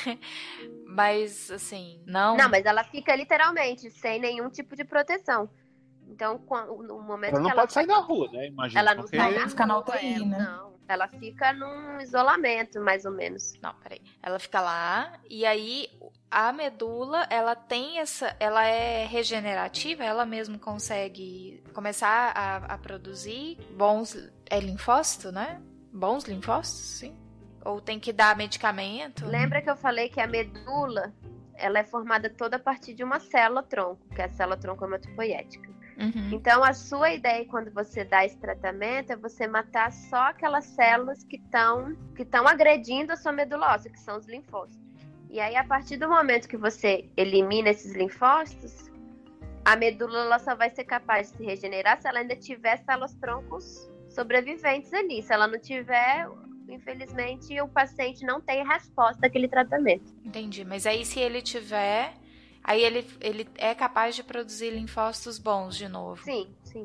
mas, assim, não... Não, mas ela fica literalmente sem nenhum tipo de proteção. Então, no momento ela não que ela pode sair na rua, né? Imagina. Ela não porque... sai na fica na U T I, rua, né? Não. Ela fica num isolamento, mais ou menos. Não, peraí. Ela fica lá, e aí a medula, ela tem essa... Ela é regenerativa, ela mesmo consegue começar a, a produzir bons... É linfócito, né? Bons linfócitos, sim. Ou tem que dar medicamento? Lembra que eu falei que a medula, ela é formada toda a partir de uma célula-tronco, que é a célula-tronco hematopoética. Uhum. Então, a sua ideia quando você dá esse tratamento é você matar só aquelas células que estão que estão agredindo a sua medula óssea, que são os linfócitos. E aí, a partir do momento que você elimina esses linfócitos, a medula ela só vai ser capaz de se regenerar se ela ainda tiver células-troncos sobreviventes ali. Se ela não tiver, infelizmente, o paciente não tem resposta àquele tratamento. Entendi, mas aí se ele tiver... Aí ele, ele é capaz de produzir linfócitos bons de novo? Sim, sim.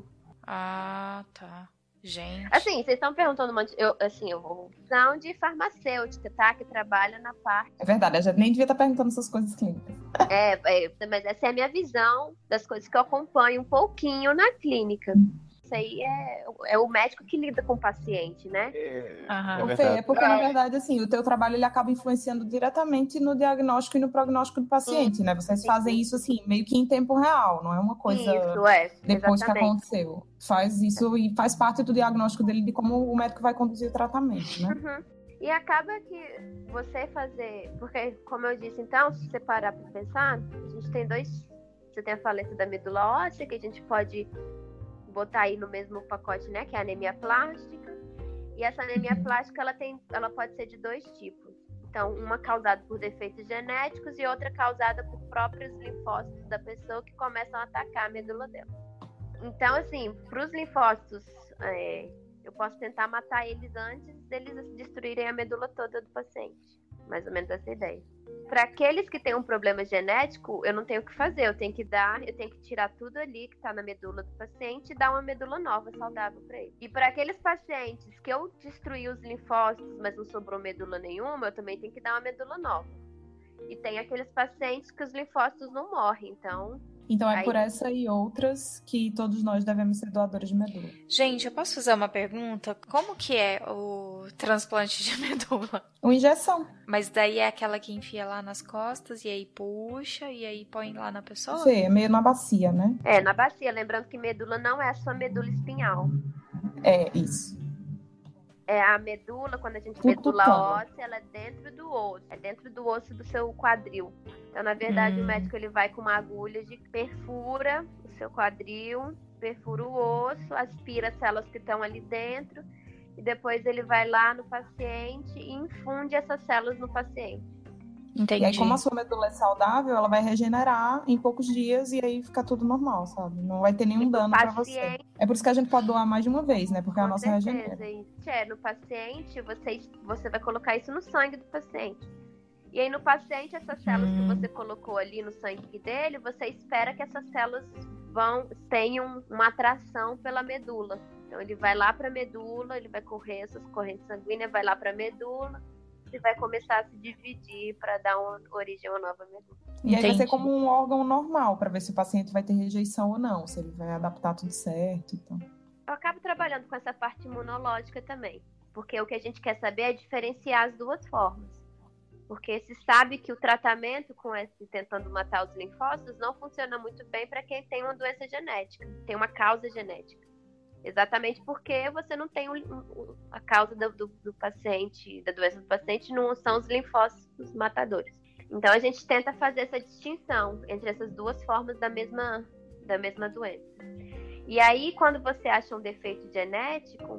Ah, tá. Gente. Assim, vocês estão perguntando um monte... Eu, assim, eu vou visão de farmacêutica, tá? Que trabalha na parte... É verdade, a gente nem devia estar perguntando essas coisas clínicas. É, é, mas essa é a minha visão das coisas que eu acompanho um pouquinho na clínica. Isso aí é, é o médico que lida com o paciente, né? É, Aham. é Fê, é porque, ah, na verdade, assim, o teu trabalho ele acaba influenciando diretamente no diagnóstico e no prognóstico do paciente, Sim. né? Vocês Sim. fazem isso, assim, meio que em tempo real, não é uma coisa Isso, é. depois Exatamente. que aconteceu. Faz isso e faz parte do diagnóstico dele de como o médico vai conduzir o tratamento, né? Uhum. E acaba que você fazer... Porque, como eu disse, então, se você parar para pensar, a gente tem dois... Você tem a falência da medula óssea, que a gente pode botar aí no mesmo pacote, né? Que é a anemia plástica. E essa anemia Uhum. plástica, ela, tem, ela pode ser de dois tipos. Então, uma causada por defeitos genéticos e outra causada por próprios linfócitos da pessoa que começam a atacar a medula dela. Então, assim, para os linfócitos, é, eu posso tentar matar eles antes deles destruírem a medula toda do paciente. Mais ou menos essa ideia. Para aqueles que têm um problema genético, eu não tenho o que fazer. Eu tenho que dar, eu tenho que tirar tudo ali que está na medula do paciente e dar uma medula nova, saudável para ele. E para aqueles pacientes que eu destruí os linfócitos, mas não sobrou medula nenhuma, eu também tenho que dar uma medula nova. E tem aqueles pacientes que os linfócitos não morrem, então Então é Aí- por essa e outras que todos nós devemos ser doadores de medula. Gente, eu posso fazer uma pergunta? Como que é o transplante de medula? Uma injeção. Mas daí é aquela que enfia lá nas costas e aí puxa e aí põe lá na pessoa? Fê, é meio na bacia, né? É, na bacia. Lembrando que medula não é só medula espinhal. É, isso. É a medula, quando a gente Tudo medula tutano. óssea, ela é dentro do osso. É dentro do osso do seu quadril. Então, na verdade, Hum. o médico ele vai com uma agulha de perfura o seu quadril, perfura o osso, aspira as células que estão ali dentro e depois ele vai lá no paciente e infunde essas células no paciente. Entendi. E aí, como a sua medula é saudável, ela vai regenerar em poucos dias e aí fica tudo normal, sabe? Não vai ter nenhum E no dano pra você. paciente- É por isso que a gente pode doar mais de uma vez, né? Porque a Com nossa certeza, regenera. isso. É, no paciente, você, você vai colocar isso no sangue do paciente. E aí, no paciente, essas células Hum. que você colocou ali no sangue dele, você espera que essas células vão tenham uma atração pela medula. Então, ele vai lá para a medula, ele vai correr essas correntes sanguíneas, vai lá para a medula e vai começar a se dividir para dar uma, origem a uma nova medula. E aí vai ser Entendi. como um órgão normal, pra ver se o paciente vai ter rejeição ou não, se ele vai adaptar tudo certo e tal. Eu acabo trabalhando com essa parte imunológica também, porque o que a gente quer saber é diferenciar as duas formas. Porque se sabe que o tratamento com esse tentando matar os linfócitos não funciona muito bem para quem tem uma doença genética, tem uma causa genética. Exatamente porque você não tem o, o, a causa do, do, do paciente, da doença do paciente, não são os linfócitos matadores. Então a gente tenta fazer essa distinção entre essas duas formas da mesma, da mesma doença. E aí, quando você acha um defeito genético,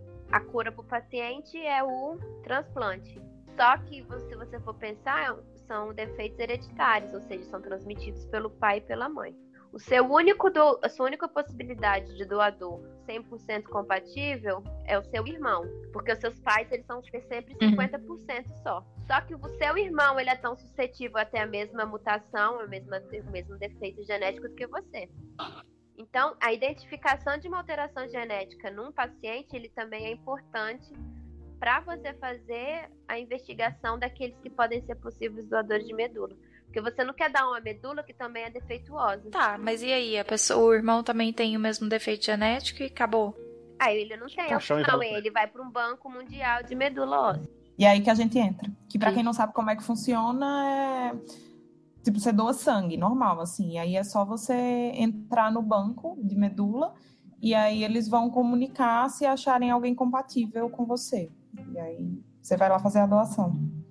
a cura para o paciente é o transplante. Só que, se você for pensar, são defeitos hereditários, ou seja, são transmitidos pelo pai e pela mãe. O seu único do, a sua única possibilidade de doador cem por cento compatível é o seu irmão, porque os seus pais eles são sempre cinquenta por cento só. Só que o seu irmão ele é tão suscetível a ter a mesma mutação, a mesma, o mesmo defeito genético do que você. Então, a identificação de uma alteração genética num paciente, ele também é importante para você fazer a investigação daqueles que podem ser possíveis doadores de medula. Porque você não quer dar uma medula que também é defeituosa. Tá, mas e aí? A pessoa, o irmão também tem o mesmo defeito genético e acabou? Aí ele não tem Caixão opção, e ele vai para um banco mundial de medula óssea. E aí que a gente entra. Que pra Sim. quem não sabe como é que funciona, é... Tipo, você doa sangue, normal, assim. E aí é só você entrar no banco de medula e aí eles vão comunicar se acharem alguém compatível com você. E aí você vai lá fazer a doação.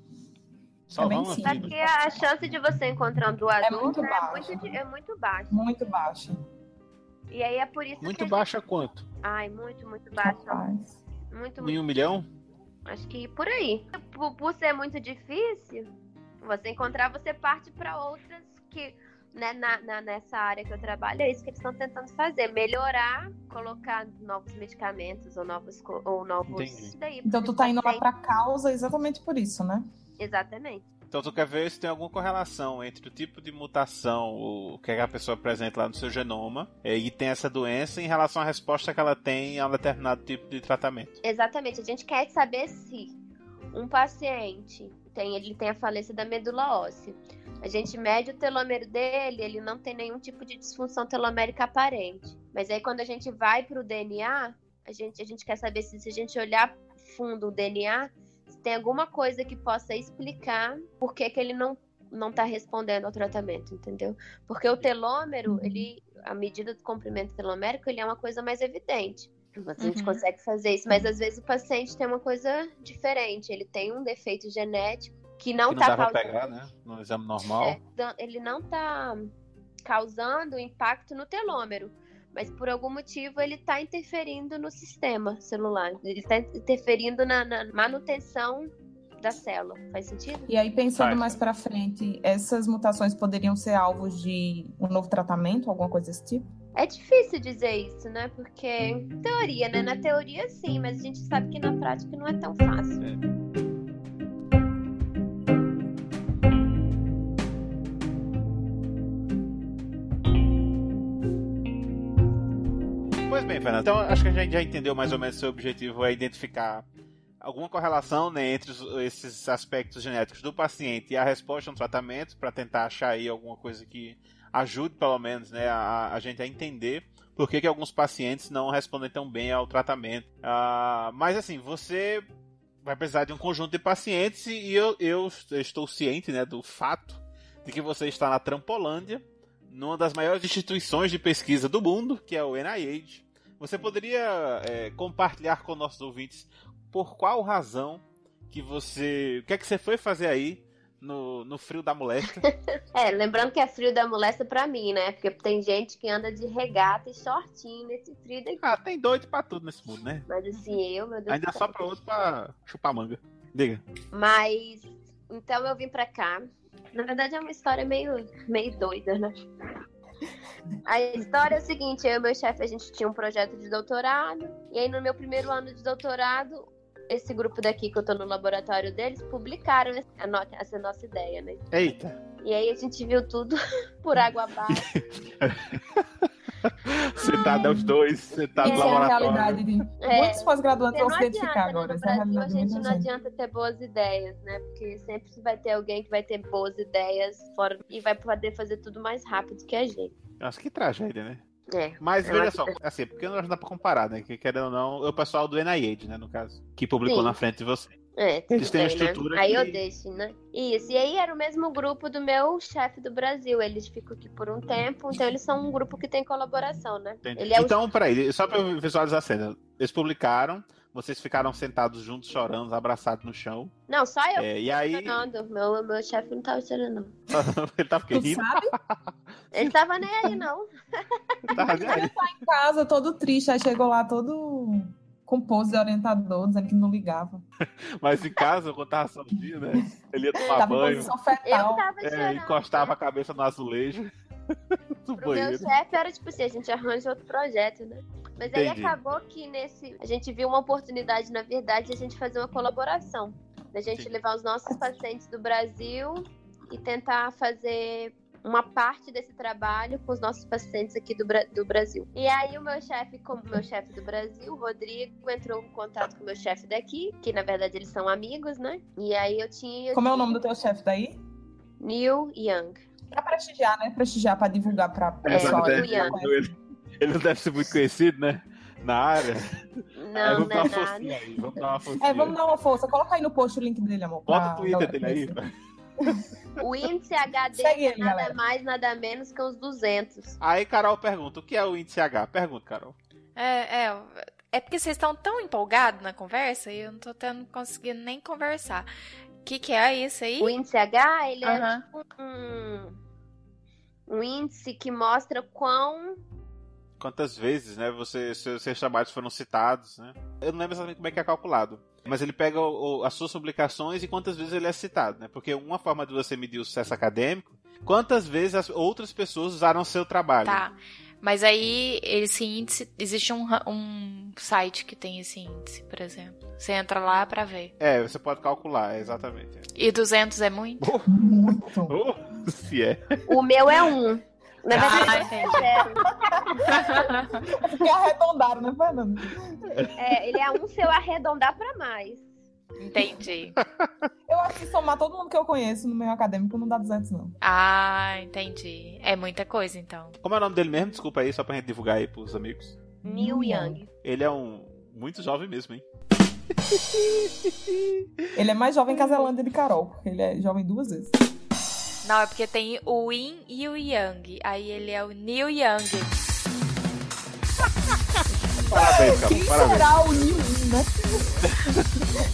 Só É bem vamos simples. aqui. Porque a chance de você encontrar um doador É muito né, baixa. é, muito, é muito baixa. Muito baixa. E aí é por isso Muito que a baixa quanto? gente... Ai, muito, muito baixa. Rapaz. Muito, Em muito. um milhão? Acho que por aí. Por, por ser muito difícil, você encontrar, você parte para outras que... Né, na, na, nessa área que eu trabalho, é isso que eles estão tentando fazer. Melhorar, colocar novos medicamentos ou novos... Ou novos Entendi. daí, Então tu tá indo lá paciente- pra causa exatamente por isso, né? Exatamente. Então tu quer ver se tem alguma correlação entre o tipo de mutação, o que a pessoa apresenta lá no seu genoma, e tem essa doença em relação à resposta que ela tem a um determinado tipo de tratamento. Exatamente. A gente quer saber se um paciente tem, ele tem a falência da medula óssea. A gente mede o telômero dele, ele não tem nenhum tipo de disfunção telomérica aparente. Mas aí quando a gente vai para o D N A, a gente, a gente quer saber se, se a gente olhar fundo o D N A, se tem alguma coisa que possa explicar por que, que ele não não está respondendo ao tratamento, entendeu? Porque o telômero, ele, a medida do comprimento telomérico, ele é uma coisa mais evidente. A gente Uhum. consegue fazer isso, mas às vezes o paciente tem uma coisa diferente, ele tem um defeito genético que não Que não dá está pra causando, pegar, né? No exame normal. é, dan- ele não está causando impacto no telômero, mas por algum motivo ele está interferindo no sistema celular, ele está interferindo na, na manutenção da célula. Faz sentido? E aí, pensando Faz. mais pra frente, essas mutações poderiam ser alvos de um novo tratamento, alguma coisa desse tipo? É difícil dizer isso, né? Porque teoria, né? Na teoria sim, mas a gente sabe que na prática não é tão fácil. Pois bem, Fernando. Então acho que a gente já entendeu mais ou menos o seu objetivo é identificar alguma correlação, né, entre os- esses aspectos genéticos do paciente e a resposta no tratamento, para tentar achar aí alguma coisa que ajude pelo menos, né, a, a gente a entender por que, que alguns pacientes não respondem tão bem ao tratamento. Uh, mas assim, você vai precisar de um conjunto de pacientes e eu, eu estou ciente, né, do fato de que você está na Trampolândia, numa das maiores instituições de pesquisa do mundo, que é o N I H. Você poderia é, compartilhar com nossos ouvintes por qual razão que você... O que é que você foi fazer aí no, no frio da moléstia? É, lembrando que é frio da moléstia pra mim, né? Porque tem gente que anda de regata e shortinho nesse frio daqui. Ah, tem doido pra tudo nesse mundo, né? Mas assim, eu, meu Deus Ainda só pra outro pra chupar manga. Diga. Mas, então eu vim pra cá. Na verdade é uma história meio, meio doida, né? A história é o seguinte, eu e meu chefe, a gente tinha um projeto de doutorado, e aí no meu primeiro ano de doutorado, esse grupo daqui que eu tô no laboratório deles, publicaram essa nossa ideia, né? Eita! E aí a gente viu tudo por água abaixo. Sentado aos dois, sentado no Essa é a laboratório. realidade de É, muitos pós-graduantes vão se não identificar adianta, agora. né? No Essa é a Brasil, a realidade de gente muita não gente. adianta ter boas ideias, né? Porque sempre vai ter alguém que vai ter boas ideias fora e vai poder fazer tudo mais rápido que a gente. Nossa, que tragédia, né? É. Mas eu veja acho só, que- assim, porque não dá pra comparar, né? Que querendo ou não, é o pessoal do N I H, né, no caso, que publicou Sim. na frente de você. É, tudo Eles têm uma bem, né? estrutura Aí que- eu deixo, né? Isso, e aí era o mesmo grupo do meu chefe do Brasil. Eles ficam aqui por um tempo, então eles são um grupo que tem colaboração, né? Entendi. Ele é o... Então, peraí, só pra eu visualizar a cena. Eles publicaram, vocês ficaram sentados juntos, chorando, abraçados no chão. Não, só eu É, e aí. chorando. Meu, meu chefe não tava chorando, não. Ele tava Tu rindo, sabe? Ele tava nem aí, não. tava nem aí. Em casa, todo triste, aí chegou lá todo com pose de orientador, dizendo que não ligava. Mas em casa, quando tava sozinho, né? Ele ia tomar Tava em banho, posição Eu fetal. tava é, chorando. encostava né? a cabeça no azulejo do Pro meu banheiro. chefe era tipo assim, a gente arranja outro projeto, né? Mas aí Entendi. acabou que nesse. A gente viu uma oportunidade, na verdade, de a gente fazer uma colaboração. Da gente Sim. levar os nossos pacientes do Brasil e tentar fazer uma parte desse trabalho com os nossos pacientes aqui do, Bra- do Brasil. E aí o meu chefe, como meu chefe do Brasil, o Rodrigo, entrou em contato com o meu chefe daqui, que na verdade eles são amigos, né? E aí eu tinha. eu Como é o tinha nome do teu chefe daí? Neil Young. Pra prestigiar, né? Prestigiar, pra divulgar pra É, pessoal. do aí que Ian. não conhece. Ele, ele não deve ser muito conhecido, né? Na área. Aí Não, vamos não dar é uma nada. forcinha aí. Vamos dar uma forcinha. É, vamos dar uma força. Coloca aí no post o link dele, amor. Bota pra o Twitter galera dele aí. conhecer. O índice H D Segue é ele, nada galera. mais, nada menos que uns duzentos. Aí Carol pergunta, o que é o índice H? Pergunta, Carol. É, é, é porque vocês estão tão empolgados na conversa e eu não tô tendo, conseguindo nem conversar. O que, que é isso aí? O índice H, ele é Aham. tipo um, um índice que mostra quão... Quantas vezes, né, você, seus, seus trabalhos foram citados, né? Eu não lembro exatamente como é que é calculado. Mas ele pega o, o, as suas publicações e quantas vezes ele é citado, né? Porque uma forma de você medir o sucesso acadêmico, quantas vezes as outras pessoas usaram o seu trabalho. Tá. Mas aí, esse índice, existe um, ra- um site que tem esse índice, por exemplo. Você entra lá pra ver. É, você pode calcular, exatamente. E duzentos é muito? Muito. Oh, se é. O meu é um. Na verdade, Ah, é entendi. zero. Porque arredondaram, né, Fernando? É, ele é um se eu arredondar pra mais. Entendi. Eu acho que somar todo mundo que eu conheço no meio acadêmico não dá duzentos, não. Ah, entendi. É muita coisa, então. Como é o nome dele mesmo? Desculpa aí, só pra gente divulgar aí pros amigos. Neil Young. Ele é um muito jovem mesmo, hein? Ele é mais jovem que a Zelândia de Carol, porque ele é jovem duas vezes. Não, é porque tem o Yin e o Yang. Aí ele é o Neil Young. Parabéns, Carol, Quem parabéns. será o New In, né?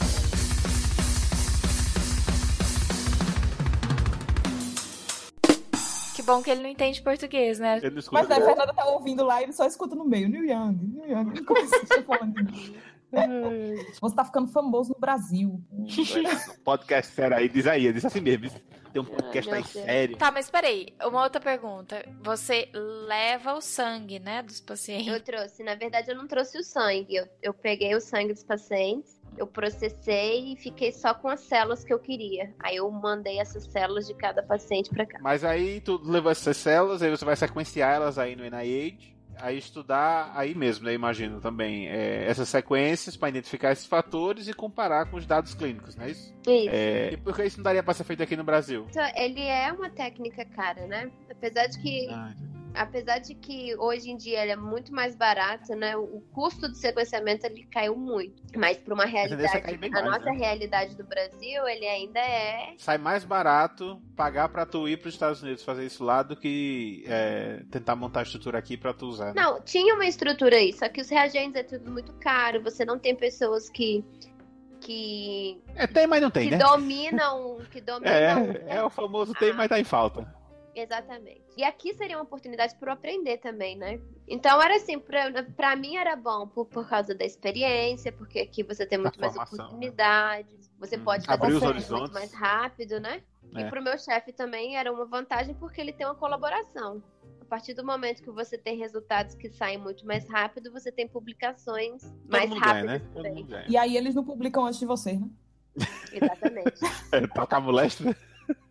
Que bom que ele não entende português, né? Ele não escuta. Mas daí a Fernanda tá ouvindo lá e ele só escuta no meio. New Young, New Young. Ele começa a falando de mim. Você tá ficando famoso no Brasil. Podcast sério aí, diz aí, diz assim mesmo. Tem um podcast Ai, aí meu Deus. sério. Tá, mas peraí. Uma outra pergunta. Você leva o sangue, né, dos pacientes? Eu trouxe. Na verdade, eu não trouxe o sangue. Eu, eu peguei o sangue dos pacientes, eu processei e fiquei só com as células que eu queria. Aí eu mandei essas células de cada paciente pra cá. Mas aí tu levou essas células, aí você vai sequenciar elas aí no N I H. aí estudar aí mesmo, né? Imagino também é, essas sequências para identificar esses fatores e comparar com os dados clínicos, não é isso? Isso. É, e por que isso não daria para ser feito aqui no Brasil? Então, ele é uma técnica cara, né? Apesar de que Ah, Apesar de que hoje em dia ele é muito mais barato, né? O custo de sequenciamento ele caiu muito. Mas para uma realidade, cair bem a mais, nossa né? realidade do Brasil, ele ainda é. Sai mais barato pagar pra tu ir pros Estados Unidos fazer isso lá do que é, tentar montar a estrutura aqui pra tu usar. Né? Não, tinha uma estrutura aí, só que os reagentes é tudo muito caro. Você não tem pessoas que que É, tem, mas não tem, que né? dominam, que dominam. É, é o famoso tem, Ah. mas tá em falta. Exatamente. E aqui seria uma oportunidade para eu aprender também, né? Então era assim, pra, pra mim era bom por, por causa da experiência, porque aqui você tem muito mais formação, oportunidades, você Hum, pode abrir fazer os as coisas horizontes. muito mais rápido, né? É. E pro meu chefe também era uma vantagem porque ele tem uma colaboração. A partir do momento que você tem resultados que saem muito mais rápido, você tem publicações Todo mais mundo ganha, rápidas né? Todo também. mundo ganha. E aí eles não publicam antes de vocês, né? Exatamente. É, tocar moléstia, né?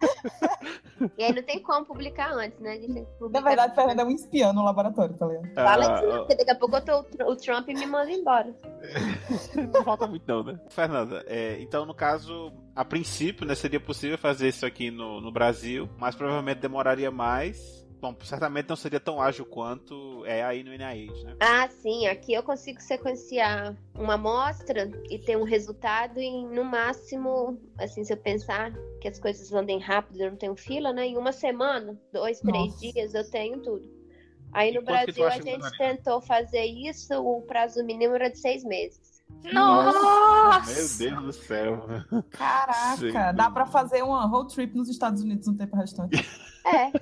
E aí não tem como publicar antes, né? A gente tem que Na publicar. verdade, Fernanda é um espião no laboratório, tá ligado? Fala Ah, isso, não, porque daqui a pouco eu tô, o Trump me manda embora. Não falta muito não, né? Fernanda, é, então no caso, a princípio, né, seria possível fazer isso aqui no, no Brasil, mas provavelmente demoraria mais. Bom, certamente não seria tão ágil quanto é aí no N I H, né? Ah, sim. Aqui eu consigo sequenciar uma amostra e ter um resultado em, no máximo, assim, se eu pensar que as coisas andem rápido, eu não tenho fila, né? Em uma semana, dois, três Nossa. dias, eu tenho tudo. Aí no E quanto que tu Brasil a acha que gente demoraria? tentou fazer isso, o prazo mínimo era de seis meses. Nossa! Meu Deus do céu. Caraca, Sim. dá pra fazer uma road trip nos Estados Unidos no tempo restante. É,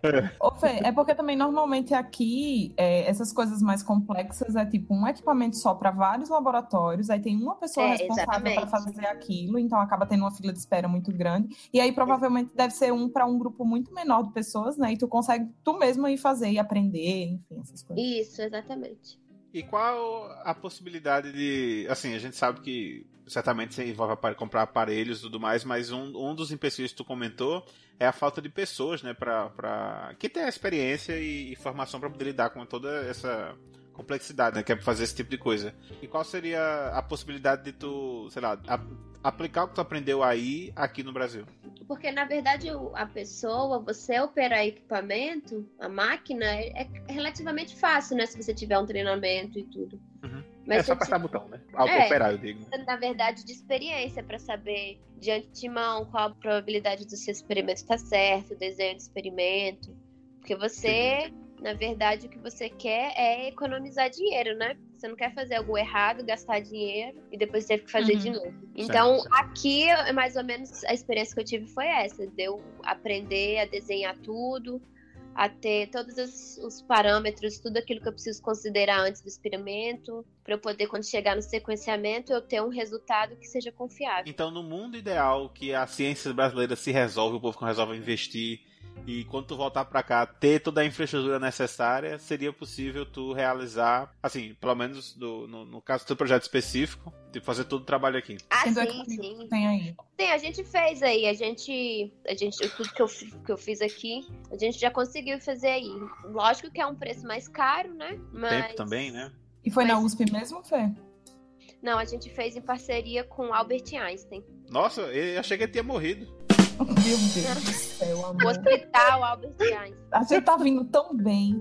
Ô, Fê, é porque também normalmente aqui é, essas coisas mais complexas é tipo um equipamento só para vários laboratórios, aí tem uma pessoa É, responsável para exatamente. fazer aquilo, então acaba tendo uma fila de espera muito grande. E aí provavelmente deve ser um para um grupo muito menor de pessoas, né? E tu consegue tu mesmo ir fazer e aprender, enfim, essas coisas. isso, exatamente. E qual a possibilidade de... Assim, a gente sabe que certamente você envolve apare- comprar aparelhos e tudo mais, mas um, um dos empecilhos que tu comentou é a falta de pessoas, né, pra, pra... que tem a experiência e, e formação para poder lidar com toda essa complexidade, né, que é fazer esse tipo de coisa. E qual seria a possibilidade de tu, sei lá, a, aplicar o que tu aprendeu aí aqui no Brasil? Porque, na verdade, o- a pessoa, você operar equipamento, a máquina, é, é relativamente fácil, né? Se você tiver um treinamento e tudo. Uhum. Mas é só você apertar botão, né? Ao É. operar, eu digo. precisa, na verdade, de experiência para saber de antemão qual a probabilidade do seu experimento estar certo, o desenho do experimento. Porque você, na verdade, o que você quer é economizar dinheiro, né? Você não quer fazer algo errado, gastar dinheiro e depois ter que fazer Uhum. de novo. Então, Certo. aqui, é mais ou menos, a experiência que eu tive foi essa. De eu aprender a desenhar tudo, a ter todos os, os parâmetros, tudo aquilo que eu preciso considerar antes do experimento, para eu poder, quando chegar no sequenciamento, eu ter um resultado que seja confiável. Então, no mundo ideal que a ciência brasileira se resolve, o povo que não resolve investir, e quando tu voltar pra cá, ter toda a infraestrutura necessária, seria possível tu realizar, assim, pelo menos do, no, no caso do teu projeto específico, de fazer todo o trabalho aqui. Ah, Tendo sim, equipamento sim. que tem aí. Sim, a gente fez aí, a gente, a gente tudo que eu, fi- que eu fiz aqui, a gente já conseguiu fazer aí. Lógico que é um preço mais caro, né? Mas... Tempo também, né? E foi na Mas- U S P mesmo, Fê? Não, a gente fez em parceria com Albert Einstein. Nossa, eu achei que ele tinha morrido. Meu Deus do céu, O amor. Hospital Albert Einstein. A gente tá vindo tão bem.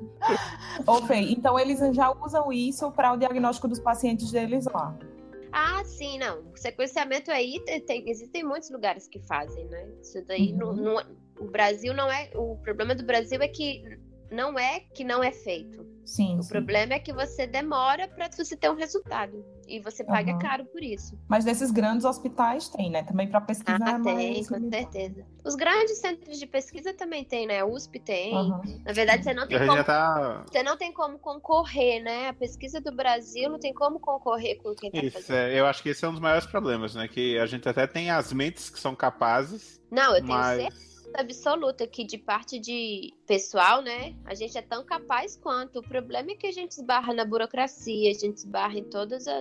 Ô, Fê, então eles já usam isso para o diagnóstico dos pacientes deles lá. Ah, sim, não. O sequenciamento aí tem, tem- existem muitos lugares que fazem, né? Isso daí Uhum. não, não- o Brasil não é. O problema do Brasil é que não é que não é feito. Sim, O sim. problema é que você demora para você ter um resultado. E você paga Aham. caro por isso. Mas desses grandes hospitais tem, né? Também para pesquisa Ah, é mais tem, com limitado. certeza. Os grandes centros de pesquisa também tem, né? A U S P tem. Aham. Na verdade, você não A tem gente como já tá. Você não tem como concorrer, né? A pesquisa do Brasil não tem como concorrer com quem tá Isso, fazendo. é, eu acho que esse é um dos maiores problemas, né? Que a gente até tem as mentes que são capazes, Não, eu tenho mas. certeza absoluta que de parte de pessoal, né? A gente é tão capaz quanto. O problema é que a gente esbarra na burocracia, a gente esbarra em todas as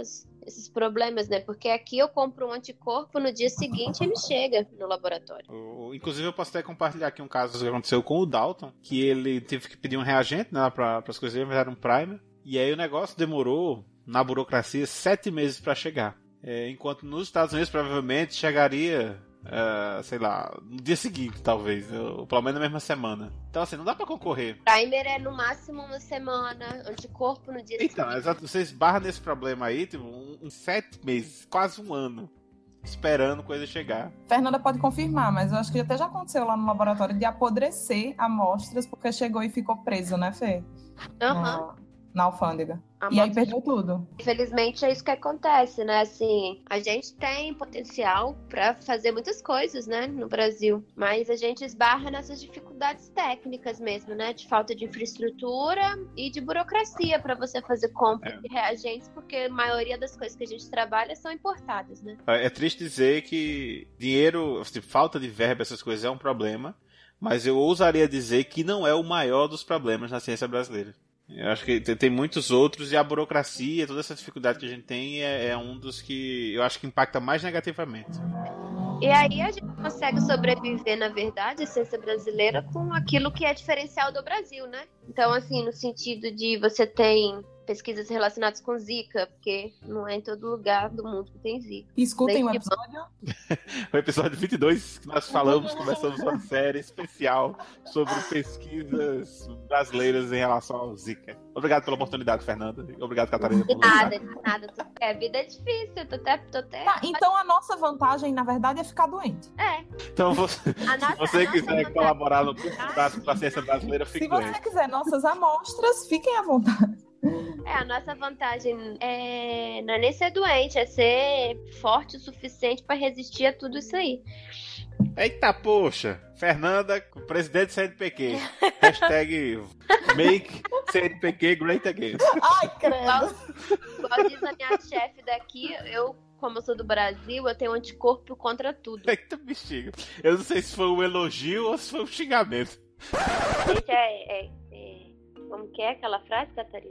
esses problemas, né? Porque aqui eu compro um anticorpo, no dia seguinte ele chega no laboratório. O, inclusive eu posso até compartilhar aqui um caso que aconteceu com o Dalton, que ele teve que pedir um reagente, né, para as coisas, ele era um primer, e aí o negócio demorou, na burocracia, sete meses para chegar. É, enquanto nos Estados Unidos provavelmente chegaria, uh, sei lá, no dia seguinte, talvez, ou pelo menos na mesma semana. Então, assim, não dá pra concorrer. Primer é no máximo uma semana, anticorpo no dia então, seguinte. Exato, você esbarra nesse problema aí, tipo, um, um sete meses, quase um ano, esperando coisa chegar. Fernanda pode confirmar, mas eu acho que até já aconteceu lá no laboratório de apodrecer amostras porque chegou e ficou preso, né, Fê? Aham. Na, na alfândega. A E aí amostra- perdeu tudo. Infelizmente é isso que acontece, né? Assim, a gente tem potencial pra fazer muitas coisas, né, no Brasil, mas a gente esbarra nessas dificuldades técnicas mesmo, né? De falta de infraestrutura e de burocracia pra você fazer compra É. de reagentes, porque a maioria das coisas que a gente trabalha são importadas, né? É triste dizer que dinheiro, assim, falta de verba, essas coisas é um problema, mas eu ousaria dizer que não é o maior dos problemas na ciência brasileira. Eu acho que tem, tem muitos outros, e a burocracia, toda essa dificuldade que a gente tem é, é um dos que eu acho que impacta mais negativamente. E aí a gente consegue sobreviver, na verdade, a ciência brasileira com aquilo que é diferencial do Brasil, né? Então, assim, no sentido de você tem pesquisas relacionadas com Zika, porque não é em todo lugar do mundo que tem Zika. Escutem o Daí, episódio. O episódio vinte e dois que nós falamos, começamos uma série especial sobre pesquisas brasileiras em relação ao Zika. Obrigado pela oportunidade, Fernanda. Obrigado, Catarina. De por nada, de nada. Tu- É, vida é difícil, tô até... Tô até... Tá, então a nossa vantagem, na verdade, é ficar doente. É, Então, você, a nossa, se você a nossa quiser vantagem- colaborar no curso prático da ciência brasileira, fique Se você doente. quiser nossas amostras, fiquem à vontade. É, a nossa vantagem é, não é nem ser doente, é ser forte o suficiente pra resistir a tudo isso aí. Eita, poxa! Fernanda, presidente do C N P Q. Hashtag make C N P Q great again. Ai, Igual, credo. igual diz a minha chefe daqui, eu, como eu sou do Brasil, eu tenho anticorpo contra tudo. Eita, bexiga. Eu não sei se foi um elogio ou se foi um xingamento. Gente, é, é, é, como que é aquela frase, Catarina?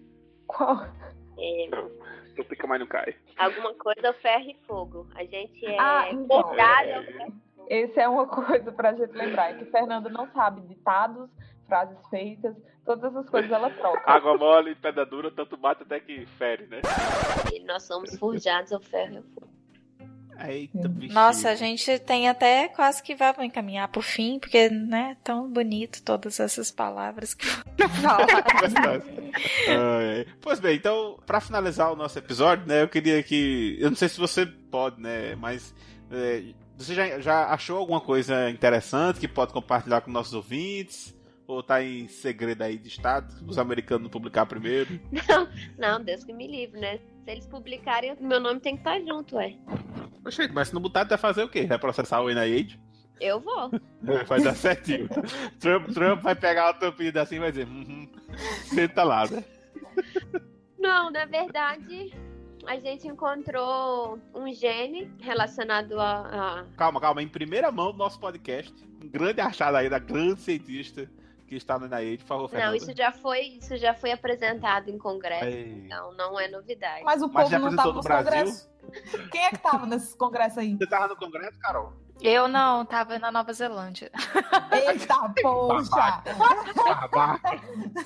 Qual? É, Não fica mais, não cai. alguma coisa é o ferro e fogo. A gente é Ah, então. soldado ao ferro. Esse é uma coisa pra gente lembrar, é que Fernanda não sabe ditados, frases feitas, todas essas coisas ela troca. Água mole, pedra dura, tanto bate até que fere, né? E nós somos forjados ao ferro e ao fogo. Eita, bexiga. Nossa, a gente tem até quase que vai encaminhar pro fim, porque, né, tão bonito todas essas palavras que falam. Verdade. Ai, ai. Pois bem, então, pra finalizar o nosso episódio, né, eu queria que... Eu não sei se você pode, né, mas... é, você já, já achou alguma coisa interessante que pode compartilhar com nossos ouvintes? Ou tá em segredo aí de estado? Os americanos não publicar primeiro? Não, não, Deus que me livre, né? Se eles publicarem, meu nome tem que estar junto, ué. Poxa, mas se não botar, vai fazer o quê? Vai processar o N I H? Eu vou. Vai dar certinho. Trump, Trump vai pegar o teu pedido assim e vai dizer, uhum, senta lá, né? Não, na verdade, a gente encontrou um gene relacionado a... a... Calma, calma. Em primeira mão do nosso podcast, um grande achado aí da grande cientista que está no N I H, por favor, Fernanda. Não, isso já foi, isso já foi apresentado em congresso, Ei. então não é novidade. Mas o Mas povo já não apresentou tava no nos Brasil? congressos. Quem é que tava nesses congressos aí? Você tava no congresso, Carol? Eu não, tava na Nova Zelândia. Eita, poxa! Babaca.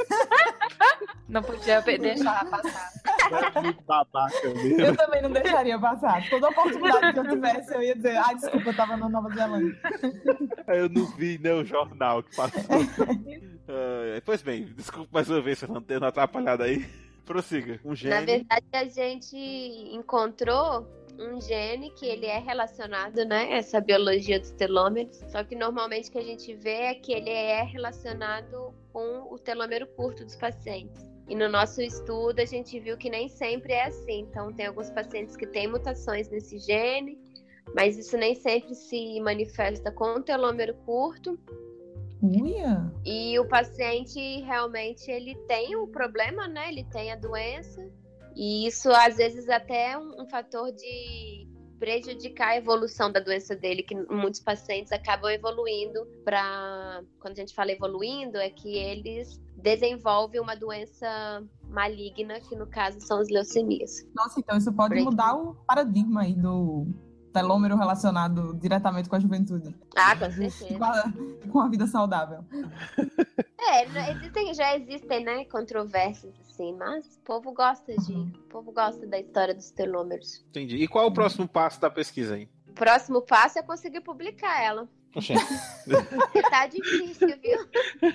Não podia pe- deixar passar. É muito babaca mesmo. Eu também não deixaria passar. Toda oportunidade que eu tivesse, eu ia dizer, ai, desculpa, eu tava na Nova Zelândia. Eu não vi, né, o jornal que passou. Ah, pois bem, desculpa mais uma vez, Fernando, tendo atrapalhado aí. Prossiga. Um Na gene. verdade, a gente encontrou um gene que ele é relacionado, né, essa biologia dos telômeros, só que normalmente o que a gente vê é que ele é relacionado com o telômero curto dos pacientes. E no nosso estudo a gente viu que nem sempre é assim. Então tem alguns pacientes que têm mutações nesse gene, mas isso nem sempre se manifesta com o telômero curto. Uia! E o paciente realmente ele tem o problema, né? Ele tem a doença. E isso às vezes até é um, um fator de prejudicar a evolução da doença dele, que muitos pacientes acabam evoluindo para... Quando a gente fala evoluindo, é que eles desenvolvem uma doença maligna, que no caso são as leucemias. Nossa, então isso pode Break. mudar o paradigma aí do telômero relacionado diretamente com a juventude. Ah, com certeza. Com a, com a vida saudável. É, existem, já existem, né, controvérsias assim, mas o povo gosta de, o povo gosta da história dos telômeros. Entendi. E qual é o próximo passo da pesquisa aí? O próximo passo é conseguir publicar ela. Oxê. Tá difícil, viu?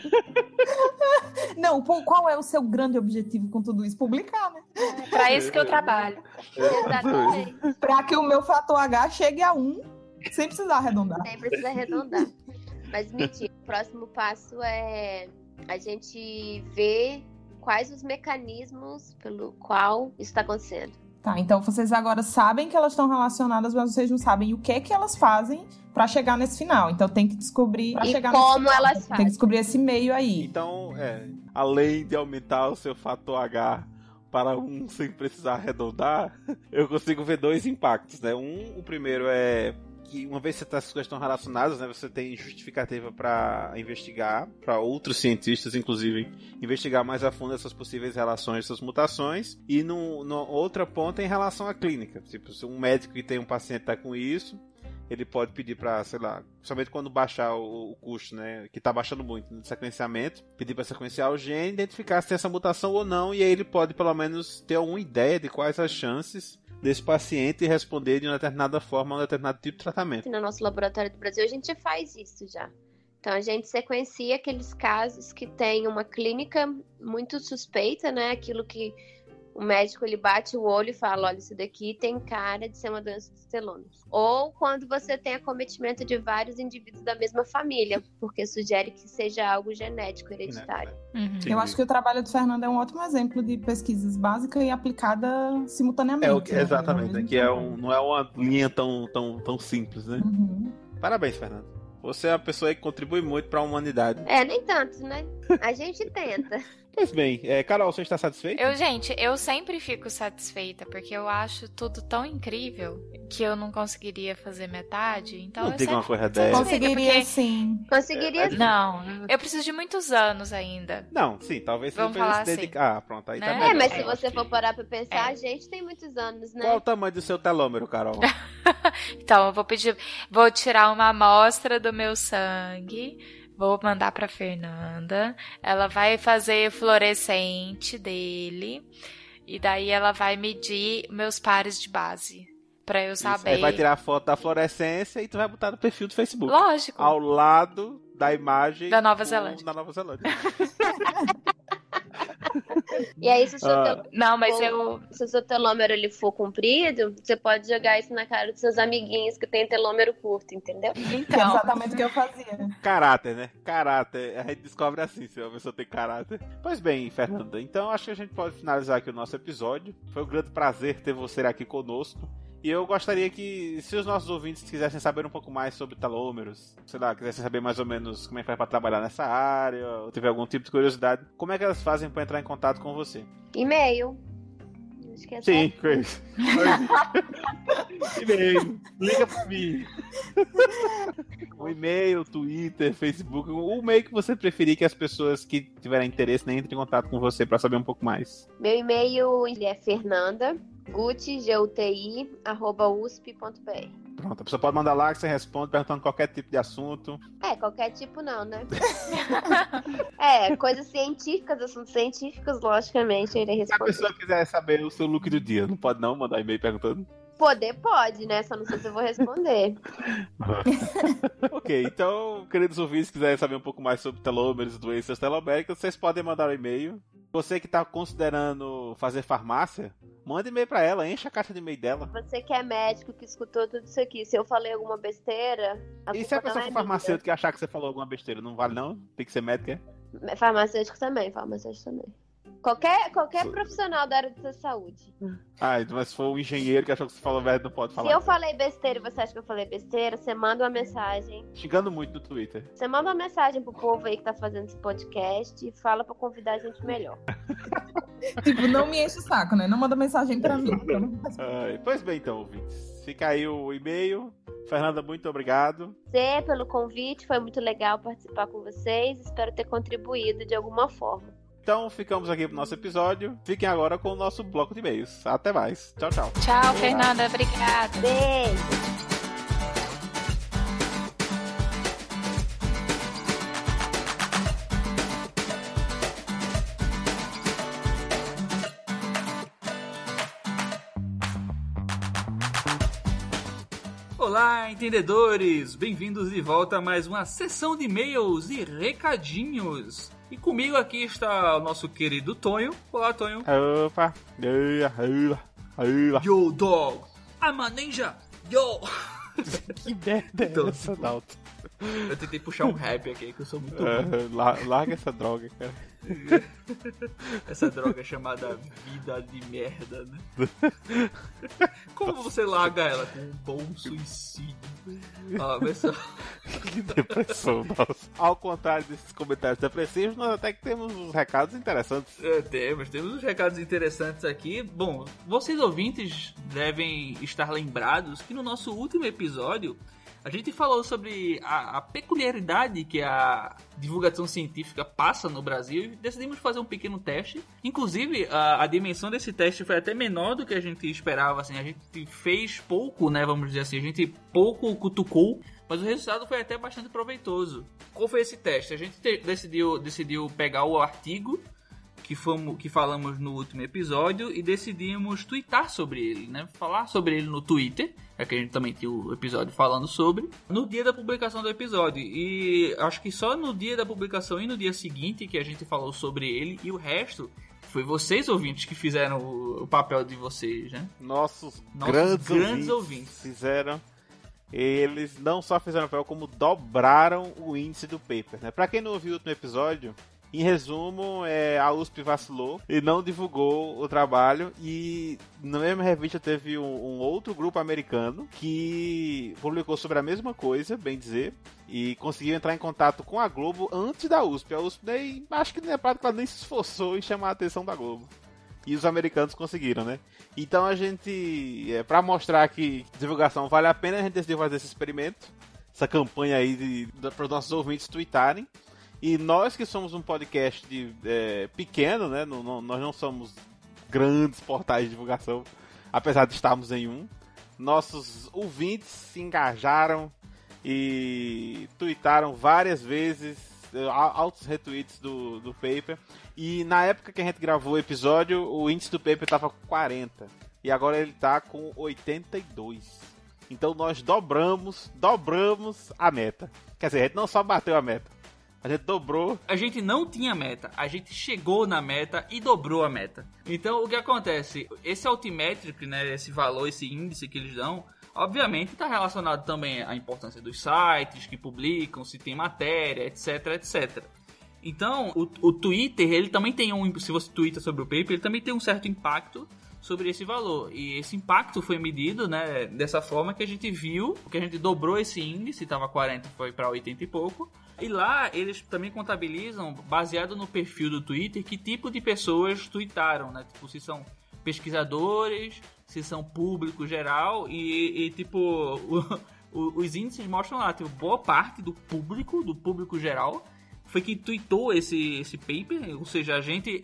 Não, pô, qual é o seu grande objetivo com tudo isso? Publicar, né? É pra isso que eu trabalho. Exatamente. Pra que o meu fator H chegue a um, sem precisar arredondar. Nem precisa arredondar. Mas mentira, o próximo passo é a gente ver quais os mecanismos pelo qual isso está acontecendo. Tá, então vocês agora sabem que elas estão relacionadas, mas vocês não sabem o que é que elas fazem pra chegar nesse final. Então tem que descobrir pra E chegar como nesse final. elas Tem que fazem. descobrir esse meio aí. Então, é, além de aumentar o seu fator H para um sem precisar arredondar, eu consigo ver dois impactos, né? Um, o primeiro é que uma vez que essas coisas estão relacionadas, né, você tem justificativa para investigar, para outros cientistas, inclusive, investigar mais a fundo essas possíveis relações, essas mutações. E no, no outra ponta é em relação à clínica. Tipo, se um médico que tem um paciente tá com isso, ele pode pedir para, sei lá, somente quando baixar o, o custo, né, que está baixando muito no sequenciamento, pedir para sequenciar o gene, identificar se tem essa mutação ou não, e aí ele pode pelo menos ter alguma ideia de quais as chances desse paciente responder de uma determinada forma a um determinado tipo de tratamento. No nosso laboratório do Brasil, a gente faz isso já. Então, a gente sequencia aqueles casos que tem uma clínica muito suspeita, né? Aquilo que o médico, ele bate o olho e fala, olha, isso daqui tem cara de ser uma doença dos telômeros. Ou quando você tem acometimento de vários indivíduos da mesma família, porque sugere que seja algo genético, hereditário. Uhum. Eu acho que o trabalho do Fernando é um ótimo exemplo de pesquisas básicas e aplicada simultaneamente. É o que, né? exatamente, Ao né, mesmo que é tempo. um, não é uma linha tão, tão, tão simples, né? Uhum. Parabéns, Fernando. Você é uma pessoa que contribui muito para a humanidade. É, nem tanto, né? A gente tenta. Pois bem, é, Carol, você está satisfeita? Eu, gente, eu sempre fico satisfeita, porque eu acho tudo tão incrível que eu não conseguiria fazer metade. Então Não eu diga uma sempre coisa fico dessa. satisfeita, Conseguiria porque- sim. Conseguiria. Não, eu preciso de muitos anos ainda. Não, sim, talvez você Vamos precise falar se assim. dedicar. Ah, pronto, aí tá Né? melhor. É, mas se Eu acho você que- for parar pra pensar, É. a gente tem muitos anos, né? Qual é o tamanho do seu telômero, Carol? Então, eu vou pedir, vou tirar uma amostra do meu sangue, vou mandar pra Fernanda. Ela vai fazer fluorescente dele e daí ela vai medir meus pares de base pra eu Isso, aí saber. vai tirar a foto da fluorescência e tu vai botar no perfil do Facebook. Lógico. Ao lado da imagem Da Nova do- Zelândia. Da Nova Zelândia. E aí, se o seu, Ah. tel- Não, mas eu se o seu telômero ele for comprido, você pode jogar isso na cara dos seus amiguinhos que tem telômero curto, entendeu? Que é então, exatamente o que eu fazia. Caráter, né? Caráter. A gente descobre assim se a pessoa tem caráter. Pois bem, Fernanda, então acho que a gente pode finalizar aqui o nosso episódio. Foi um grande prazer ter você aqui conosco. E eu gostaria que, se os nossos ouvintes quisessem saber um pouco mais sobre telômeros, sei lá, quisessem saber mais ou menos como é que faz pra trabalhar nessa área, ou tiver algum tipo de curiosidade, como é que elas fazem pra entrar em contato com você? E-mail. Acho que é Sim, Chris. E-mail. Liga pra mim. O e-mail, Twitter, Facebook, o meio que você preferir que as pessoas que tiverem interesse né, entrem em contato com você pra saber um pouco mais. Meu e-mail ele é fernanda guti, G U T I, arroba U S P ponto B R. Pronto, a pessoa pode mandar lá que você responde perguntando qualquer tipo de assunto. É, qualquer tipo não, né? É, coisas científicas, assuntos científicos, logicamente, eu irei Se a responder. pessoa quiser saber o seu look do dia, não pode não mandar e-mail perguntando? Poder pode, né? Só não sei se eu vou responder. Ok, então, queridos ouvintes, se quiserem saber um pouco mais sobre telômeros e doenças teloméricas, vocês podem mandar um e-mail. Você que está considerando fazer farmácia, manda e-mail para ela, enche a caixa de e-mail dela. Você que é médico, que escutou tudo isso aqui, se eu falei alguma besteira... E se a culpa pessoa não for é farmacêutico e achar que você falou alguma besteira, não vale não? Tem que ser médico, é? minha. Farmacêutico também, farmacêutico também. Qualquer, qualquer Sim. profissional da área da saúde. Ah, mas se for um engenheiro que achou que você falou verdade, não pode falar. Se eu falei besteira e você acha que eu falei besteira, você manda uma mensagem. Xingando muito no Twitter. Você manda uma mensagem pro povo aí que tá fazendo esse podcast e fala pra convidar a gente melhor. Tipo, não me enche o saco, né? Não manda mensagem pra mim. Eu não faço. Ai, pois bem, então, ouvintes. Fica aí o e-mail. Fernanda, muito obrigado. Você, pelo convite, foi muito legal participar com vocês. Espero ter contribuído de alguma forma. Então ficamos aqui pro nosso episódio. Fiquem agora com o nosso bloco de e-mails. Até mais. Tchau, tchau. Tchau, Fernanda. Obrigada. Beijo. Olá, entendedores! Bem-vindos de volta a mais uma sessão de e-mails e recadinhos. E comigo aqui está o nosso querido Tonho. Olá, Tonho. Opa! Yo, dog! I'm a ninja! Yo! Que merda é Então, essa, Dalton? Eu tentei puxar um rap aqui, que eu sou muito bom. Uh, la- larga essa droga, cara. Essa droga é chamada vida de merda, né? Como você larga ela? Com um bom suicídio. Ó, pessoal. Que depressão, nossa. Ao contrário desses comentários depressivos, nós até que temos uns recados interessantes. É, temos, temos uns recados interessantes aqui. Bom, vocês ouvintes devem estar lembrados que no nosso último episódio a gente falou sobre a, a peculiaridade que a divulgação científica passa no Brasil e decidimos fazer um pequeno teste. Inclusive, a, a dimensão desse teste foi até menor do que a gente esperava. Assim, a gente fez pouco, né? Vamos dizer assim, a gente pouco cutucou, mas o resultado foi até bastante proveitoso. Qual foi esse teste? A gente te, decidiu, decidiu pegar o artigo que, fomos, que falamos no último episódio e decidimos twittar sobre ele, né? Falar sobre ele no Twitter, é que a gente também tinha o episódio falando sobre, no dia da publicação do episódio. E acho que só no dia da publicação e no dia seguinte que a gente falou sobre ele, e o resto foi vocês, ouvintes, que fizeram o, o papel de vocês, né? Nossos, Nossos grandes, grandes ouvintes, ouvintes fizeram. Eles não só fizeram o papel, como dobraram o índice do paper, né? Pra quem não ouviu o último episódio, em resumo, é, a U S P vacilou e não divulgou o trabalho, e na mesma revista teve um, um outro grupo americano que publicou sobre a mesma coisa, bem dizer, e conseguiu entrar em contato com a Globo antes da U S P. A U S P nem, acho que nem é prático, ela nem se esforçou em chamar a atenção da Globo. E os americanos conseguiram, né? Então a gente, é, pra mostrar que divulgação vale a pena, a gente decidiu fazer esse experimento, essa campanha aí de, de, para os nossos ouvintes tweetarem. E nós que somos um podcast de, é, pequeno, né? Não, não, nós não somos grandes portais de divulgação, apesar de estarmos em um. Nossos ouvintes se engajaram e tweetaram várias vezes, altos retweets do, do paper. E na época que a gente gravou o episódio, o índice do paper estava com quarenta. E agora ele está com oitenta e dois. Então nós dobramos, dobramos a meta. Quer dizer, a gente não só bateu a meta, a gente dobrou. A gente não tinha meta, a gente chegou na meta e dobrou a meta. Então, o que acontece? Esse altimetric, né, esse valor, esse índice que eles dão, obviamente está relacionado também à importância dos sites que publicam, se tem matéria, etc, etcétera. Então, o, o Twitter, ele também tem um... Se você twitta sobre o paper, ele também tem um certo impacto sobre esse valor. E esse impacto foi medido, né, dessa forma que a gente viu, que a gente dobrou esse índice, estava quarenta, foi para oitenta e pouco. E lá eles também contabilizam, baseado no perfil do Twitter, que tipo de pessoas tweetaram, né? Tipo, se são pesquisadores, se são público geral, e, e tipo, o, o, os índices mostram lá, tipo, boa parte do público, do público geral, foi quem tweetou esse, esse paper, ou seja, a gente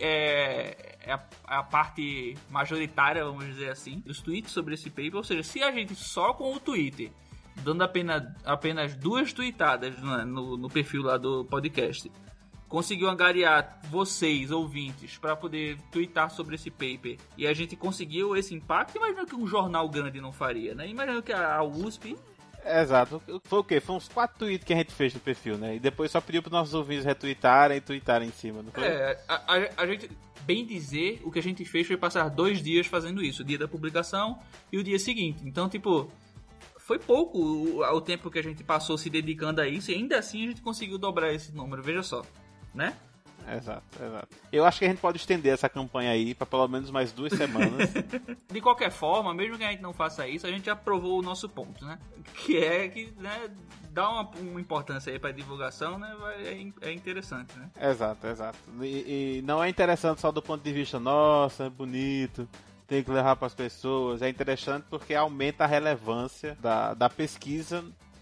é, é, a, é a parte majoritária, vamos dizer assim, dos tweets sobre esse paper, ou seja, se a gente só com o Twitter, dando apenas, apenas duas tweetadas no, no, no perfil lá do podcast, conseguiu angariar vocês, ouvintes, para poder tweetar sobre esse paper, e a gente conseguiu esse impacto, imagina que um jornal grande não faria, né? Imagina que a U S P... Exato. Foi o quê? Foi uns quatro tweets que a gente fez no perfil, né? E depois só pediu para os nossos ouvintes retweetarem e tweetarem em cima, não foi? É, a, a, a gente, bem dizer, o que a gente fez foi passar dois dias fazendo isso, o dia da publicação e o dia seguinte. Então, tipo... Foi pouco o, o tempo que a gente passou se dedicando a isso, e ainda assim a gente conseguiu dobrar esse número, veja só, né? Exato, exato. Eu acho que a gente pode estender essa campanha aí para pelo menos mais duas semanas. De qualquer forma, mesmo que a gente não faça isso, a gente já provou o nosso ponto, né? Que é que, né, dá uma, uma importância aí para divulgação, né? É, é interessante, né? Exato, exato. E, e não é interessante só do ponto de vista, nossa, é bonito, tem que levar para as pessoas. É interessante porque aumenta a relevância da, da pesquisa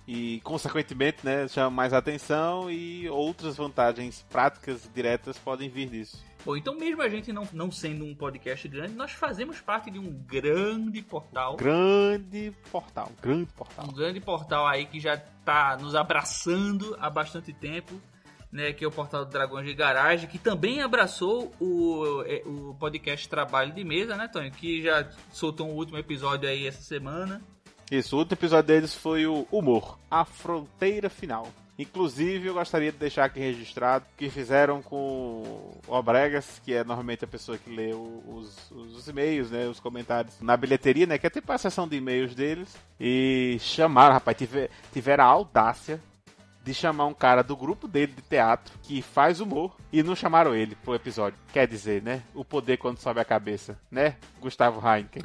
e, consequentemente, né, chama mais atenção e outras vantagens práticas diretas podem vir disso. Bom, então mesmo a gente não, não sendo um podcast grande, nós fazemos parte de um grande portal. Grande portal, grande portal. Um grande portal aí que já está nos abraçando há bastante tempo, né, que é o portal do Dragões de Garagem, que também abraçou o, o podcast Trabalho de Mesa, né, Tony? Que já soltou um último episódio aí essa semana. Isso, o último episódio deles foi o Humor, a Fronteira Final. Inclusive, eu gostaria de deixar aqui registrado que fizeram com o Obregas, que é normalmente a pessoa que lê os, os e-mails, né, os comentários na bilheteria, né, que é tipo a seção de e-mails deles. E chamaram, rapaz, tiver, tiveram a audácia de chamar um cara do grupo dele de teatro que faz humor e não chamaram ele pro episódio. Quer dizer, né? O poder quando sobe a cabeça, né? Gustavo Heineken.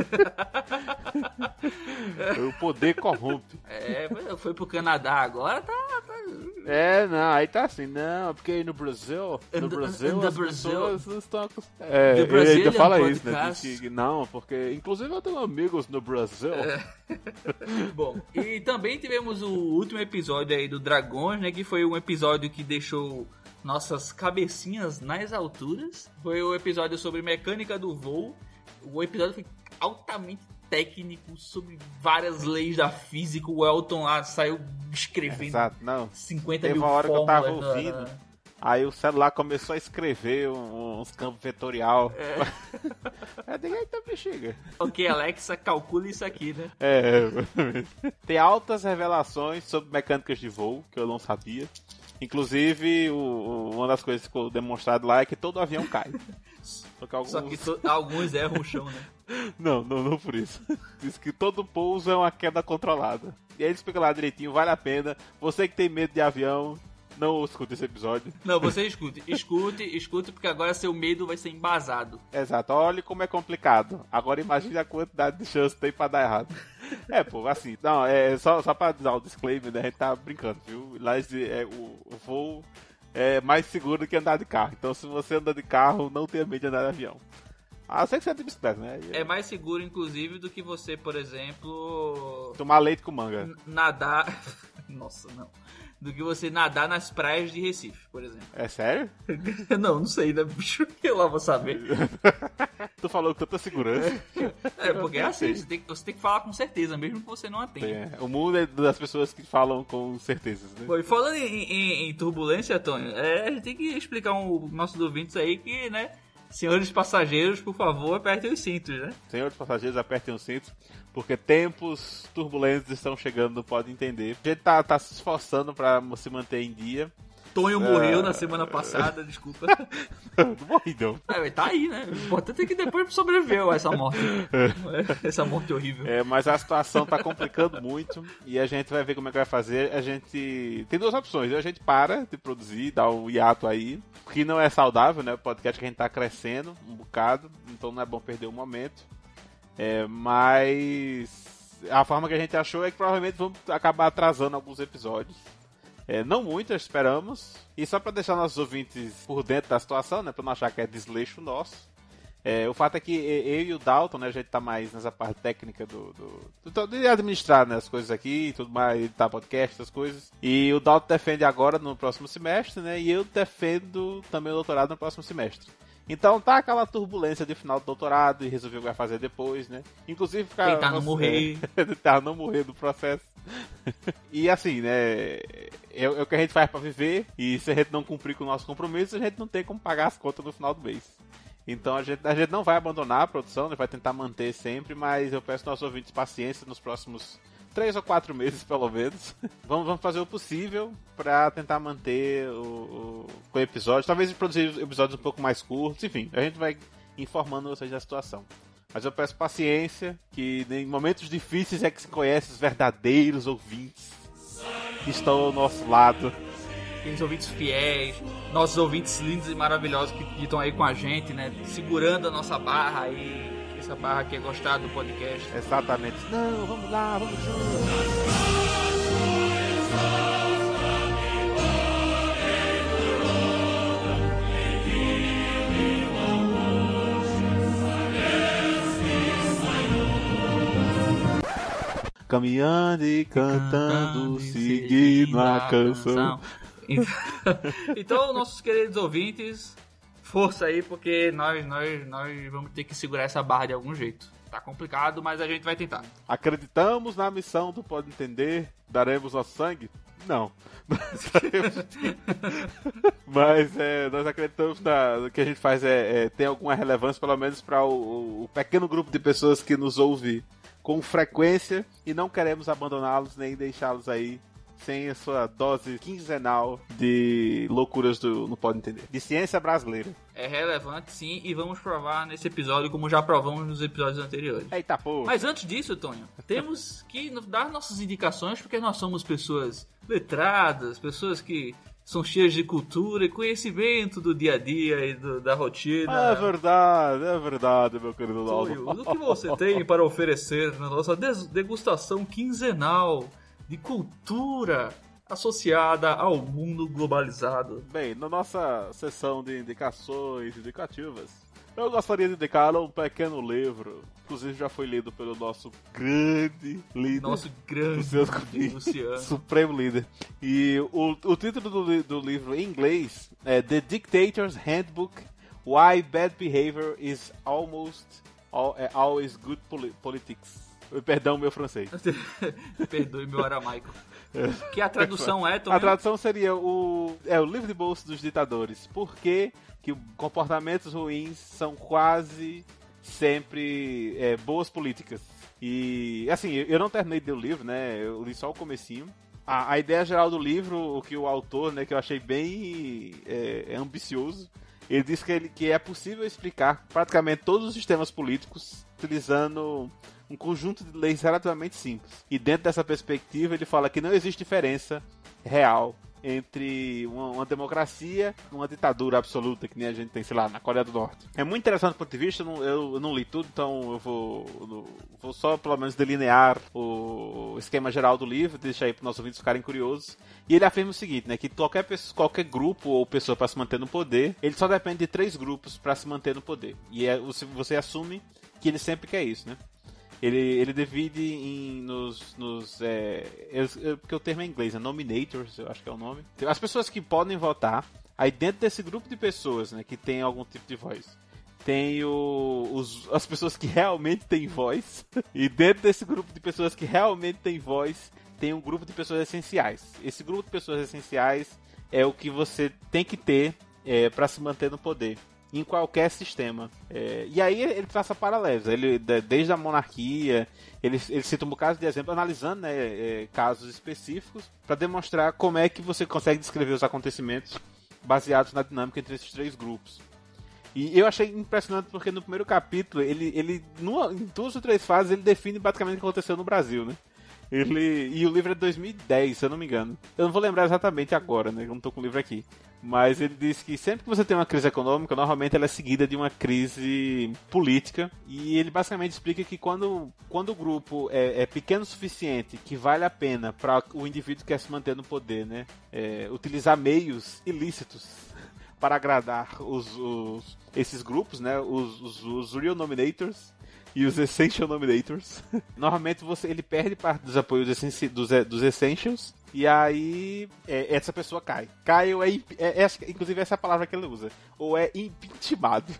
O poder corrompe. É, foi pro Canadá agora, tá... tá... É, não, aí tá assim, não, porque aí no Brasil, no Brasil, the as Brazil. pessoas não estão acostumadas. É, The ele ainda fala Brazilian isso, né? podcast. Diz que, não, porque inclusive eu tenho amigos no Brasil. É. Bom, e também tivemos o último episódio aí do Dragões, né? Que foi um episódio que deixou nossas cabecinhas nas alturas. Foi o episódio sobre mecânica do voo. O episódio foi altamente técnico, sobre várias leis da física. O Elton lá saiu escrevendo Exato, não. cinquenta Teve mil uma hora que eu tava fórmulas, ouvindo, né? aí o celular começou a escrever um- uns campos vetorial. É, diga aí, bexiga. Ok, Alexa, calcula isso aqui, né? É, tem altas revelações sobre mecânicas de voo, que eu não sabia. Inclusive, o, o- uma das coisas que ficou demonstrado lá é que todo avião cai. Só que alguns... Só que to- alguns erram o chão, né? Não, não, não por isso. Diz que todo pouso é uma queda controlada. E aí ele explica lá direitinho, vale a pena. Você que tem medo de avião, não escute esse episódio. Não, você escute, escute, escute, porque agora seu medo vai ser embasado. Exato, olha como é complicado. Agora imagine a quantidade de chance que tem pra dar errado. É, pô, assim, não, é só, só pra dar o disclaimer, né? A gente tá brincando, viu? Lá é, o, o voo é mais seguro do que andar de carro. Então se você anda de carro, não tenha medo de andar de avião. Ah, sei que você anda de bicicleta, né? E, É mais seguro, inclusive, do que você, por exemplo, tomar leite com manga. n- nadar. Nossa, não. Do que você nadar nas praias de Recife, por exemplo. É sério? Não, não sei, né, bicho? Eu lá vou saber. Tu falou com tanta segurança. É, porque é assim, você tem, que- você tem que falar com certeza, mesmo que você não a tenha. É, o mundo é das pessoas que falam com certezas, né? Bom, e falando em, em- em turbulência, Tony, é, a gente tem que explicar um, nossos ouvintes aí que, né, senhores passageiros, por favor, apertem os cintos, né? Senhores passageiros, apertem os cintos, porque tempos turbulentos estão chegando, não pode entender. A gente tá, tá se esforçando pra se manter em dia. Tonho morreu na semana passada, desculpa. Não morri, não. É, mas tá aí, né? O importante é que depois sobreviveu a essa morte. Essa morte horrível. É, mas a situação tá complicando muito e a gente vai ver como é que vai fazer. A gente tem duas opções. Ou a gente para de produzir, dá um hiato aí, que não é saudável, né? O podcast que a gente tá crescendo um bocado, então não é bom perder o momento. É, mas a forma que a gente achou é que provavelmente vamos acabar atrasando alguns episódios. É, não muito, esperamos. E só para deixar nossos ouvintes por dentro da situação, né, para não achar que é desleixo nosso. É, o fato é que eu e o Dalton, né, a gente tá mais nessa parte técnica do, do, do de administrar, né, as coisas aqui e tudo mais, editar podcast, essas coisas. E o Dalton defende agora no próximo semestre, né, e eu defendo também o doutorado no próximo semestre. Então tá aquela turbulência de final do doutorado e resolver o que vai fazer depois, né? Inclusive ficar... Tentar não morrer. É, tentar não morrer do processo. E assim, né? É, é o que a gente faz pra viver. E se a gente não cumprir com o nosso compromisso, a gente não tem como pagar as contas no final do mês. Então a gente, a gente não vai abandonar a produção, a gente vai tentar manter sempre, mas eu peço aos nossos ouvintes paciência nos próximos três ou quatro meses, pelo menos. Vamos, vamos fazer o possível pra tentar manter o, o, o episódio. Talvez produzir episódios um pouco mais curtos. Enfim, a gente vai informando vocês da situação. Mas eu peço paciência, que em momentos difíceis é que se conhece os verdadeiros ouvintes que estão ao nosso lado. Aqueles ouvintes fiéis, nossos ouvintes lindos e maravilhosos que estão aí com a gente, né? Segurando a nossa barra aí. Essa barra que é gostar do podcast. Exatamente. Não, vamos lá, vamos juntos. caminhando e cantando, seguindo a canção. Então, nossos queridos ouvintes, força aí, porque nós, nós, nós vamos ter que segurar essa barra de algum jeito. Tá complicado, mas a gente vai tentar. Acreditamos na missão do Pode Entender? Daremos nosso sangue? Não. Mas é, nós acreditamos na, que a gente faz é, é, tem alguma relevância, pelo menos para o, o pequeno grupo de pessoas que nos ouve com frequência, e não queremos abandoná-los nem deixá-los aí sem a sua dose quinzenal de loucuras do Não Pode Entender. De ciência brasileira. É relevante, sim, e vamos provar nesse episódio como já provamos nos episódios anteriores. Eita, pô! Mas antes disso, Tonho, temos que dar nossas indicações, porque nós somos pessoas letradas, pessoas que são cheias de cultura e conhecimento do dia a dia e do, da rotina. É verdade, é verdade, meu querido Tonho, o que você tem para oferecer na nossa degustação quinzenal de cultura associada ao mundo globalizado? Bem, na nossa sessão de indicações indicativas, eu gostaria de indicar um pequeno livro, inclusive já foi lido pelo nosso grande líder, nosso grande Luciano, supremo líder. E o, o título do, do livro em inglês é The Dictator's Handbook: Why Bad Behavior is Almost Always Good Politics. Perdão, meu francês. Perdoe meu aramaico. Que a tradução é, Tom? A tradução seria o, é, o livro de bolso dos ditadores. Por que que comportamentos ruins são quase sempre é, boas políticas? E, assim, eu não terminei de ler o livro, né? Eu li só o comecinho. A, a ideia geral do livro, o que o autor, né, que eu achei bem é, ambicioso, ele diz que, ele, que é possível explicar praticamente todos os sistemas políticos utilizando um conjunto de leis relativamente simples. E dentro dessa perspectiva ele fala que não existe diferença real entre uma, uma democracia e uma ditadura absoluta, que nem a gente tem, sei lá, na Coreia do Norte. É muito interessante do ponto de vista, eu não, eu, eu não li tudo, então eu vou, eu vou só pelo menos delinear o esquema geral do livro, deixar aí para os nossos ouvintes ficarem curiosos. E ele afirma o seguinte, né, que qualquer, pessoa, qualquer grupo ou pessoa para se manter no poder, ele só depende de três grupos para se manter no poder. E é, você, você assume que ele sempre quer isso, né? Ele, ele divide em, nos... nos é, eu, eu, porque o termo é em inglês, é nominators, eu acho que é o nome. As pessoas que podem votar, aí dentro desse grupo de pessoas, né, que tem algum tipo de voz, tem o, os, as pessoas que realmente têm voz, e dentro desse grupo de pessoas que realmente têm voz, tem um grupo de pessoas essenciais. Esse grupo de pessoas essenciais é o que você tem que ter é, para se manter no poder em qualquer sistema. É, e aí ele traça paralelos. Ele, desde a monarquia, ele, ele cita um bocado de exemplo, analisando, né, é, casos específicos, para demonstrar como é que você consegue descrever os acontecimentos baseados na dinâmica entre esses três grupos. E eu achei impressionante porque no primeiro capítulo, ele, ele numa, em duas ou três fases, ele define basicamente o que aconteceu no Brasil, né? Ele, e o livro é de dois mil e dez, se eu não me engano. Eu não vou lembrar exatamente agora, né? Eu não tô com o livro aqui. Mas ele diz que sempre que você tem uma crise econômica, normalmente ela é seguida de uma crise política. E ele basicamente explica que quando, quando o grupo é, é pequeno o suficiente, que vale a pena para o indivíduo que quer se manter no poder, né? É, utilizar meios ilícitos para agradar os, os, esses grupos, né? Os, os, os real nominators e os Essential Nominators. Normalmente você, ele perde parte dos apoios essenci, dos, dos Essentials, e aí é, essa pessoa cai. Cai ou é, é, é, inclusive essa é a palavra que ele usa, ou é impeachmentado.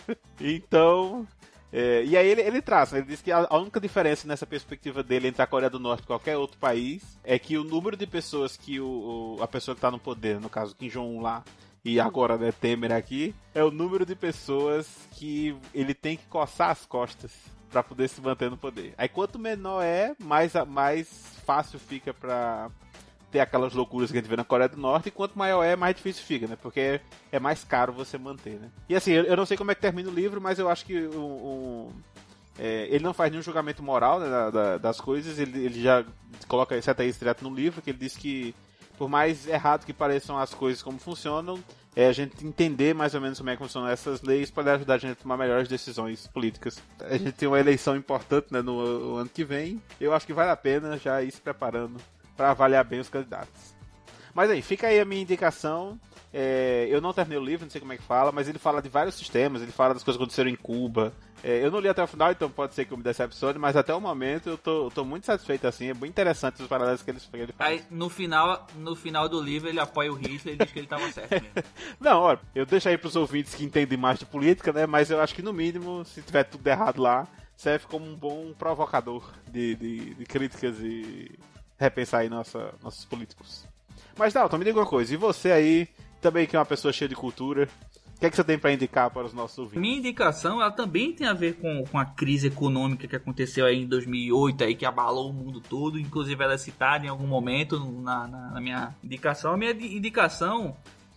Então, é, e aí ele, ele traça, ele diz que a, a única diferença nessa perspectiva dele entre a Coreia do Norte e qualquer outro país é que o número de pessoas que o, o, a pessoa que está no poder, no caso Kim Jong-un lá, e agora, né, Temer aqui, é o número de pessoas que ele tem que coçar as costas para poder se manter no poder. Aí quanto menor é, mais, mais fácil fica para ter aquelas loucuras que a gente vê na Coreia do Norte, e quanto maior é, mais difícil fica, né? Porque é mais caro você manter, né? E assim, eu não sei como é que termina o livro, mas eu acho que um, um, é, ele não faz nenhum julgamento moral, né, da, da, das coisas, ele, ele já coloca, seta isso direto no livro, que ele diz que por mais errado que pareçam as coisas como funcionam, é a gente entender mais ou menos como é que funcionam essas leis para ajudar a gente a tomar melhores decisões políticas. A gente tem uma eleição importante, né, no, no ano que vem. Eu acho que vale a pena já ir se preparando para avaliar bem os candidatos. Mas aí, fica aí a minha indicação. É, eu não terminei o livro, não sei como é que fala, mas ele fala de vários sistemas, ele fala das coisas que aconteceram em Cuba, É, eu não li até o final, então pode ser que eu me decepcione, mas até o momento eu tô, eu tô muito satisfeito, assim, é bem interessante os paralelos que ele, que ele faz. Aí, no final, no final do livro, ele apoia o Hitler e diz que ele tava certo mesmo. Não, olha, eu deixo aí pros ouvintes que entendem mais de política, né, mas eu acho que no mínimo, se tiver tudo errado lá, serve como um bom provocador de, de, de críticas e repensar aí nossa, nossos políticos. Mas, Dalton, me diga uma coisa, e você aí, também que é uma pessoa cheia de cultura, o que é que você tem para indicar para os nossos ouvintes? Minha indicação, ela também tem a ver com, com a crise econômica que aconteceu aí em dois mil e oito, aí, que abalou o mundo todo. Inclusive, ela é citada em algum momento na, na, na minha indicação. A minha indicação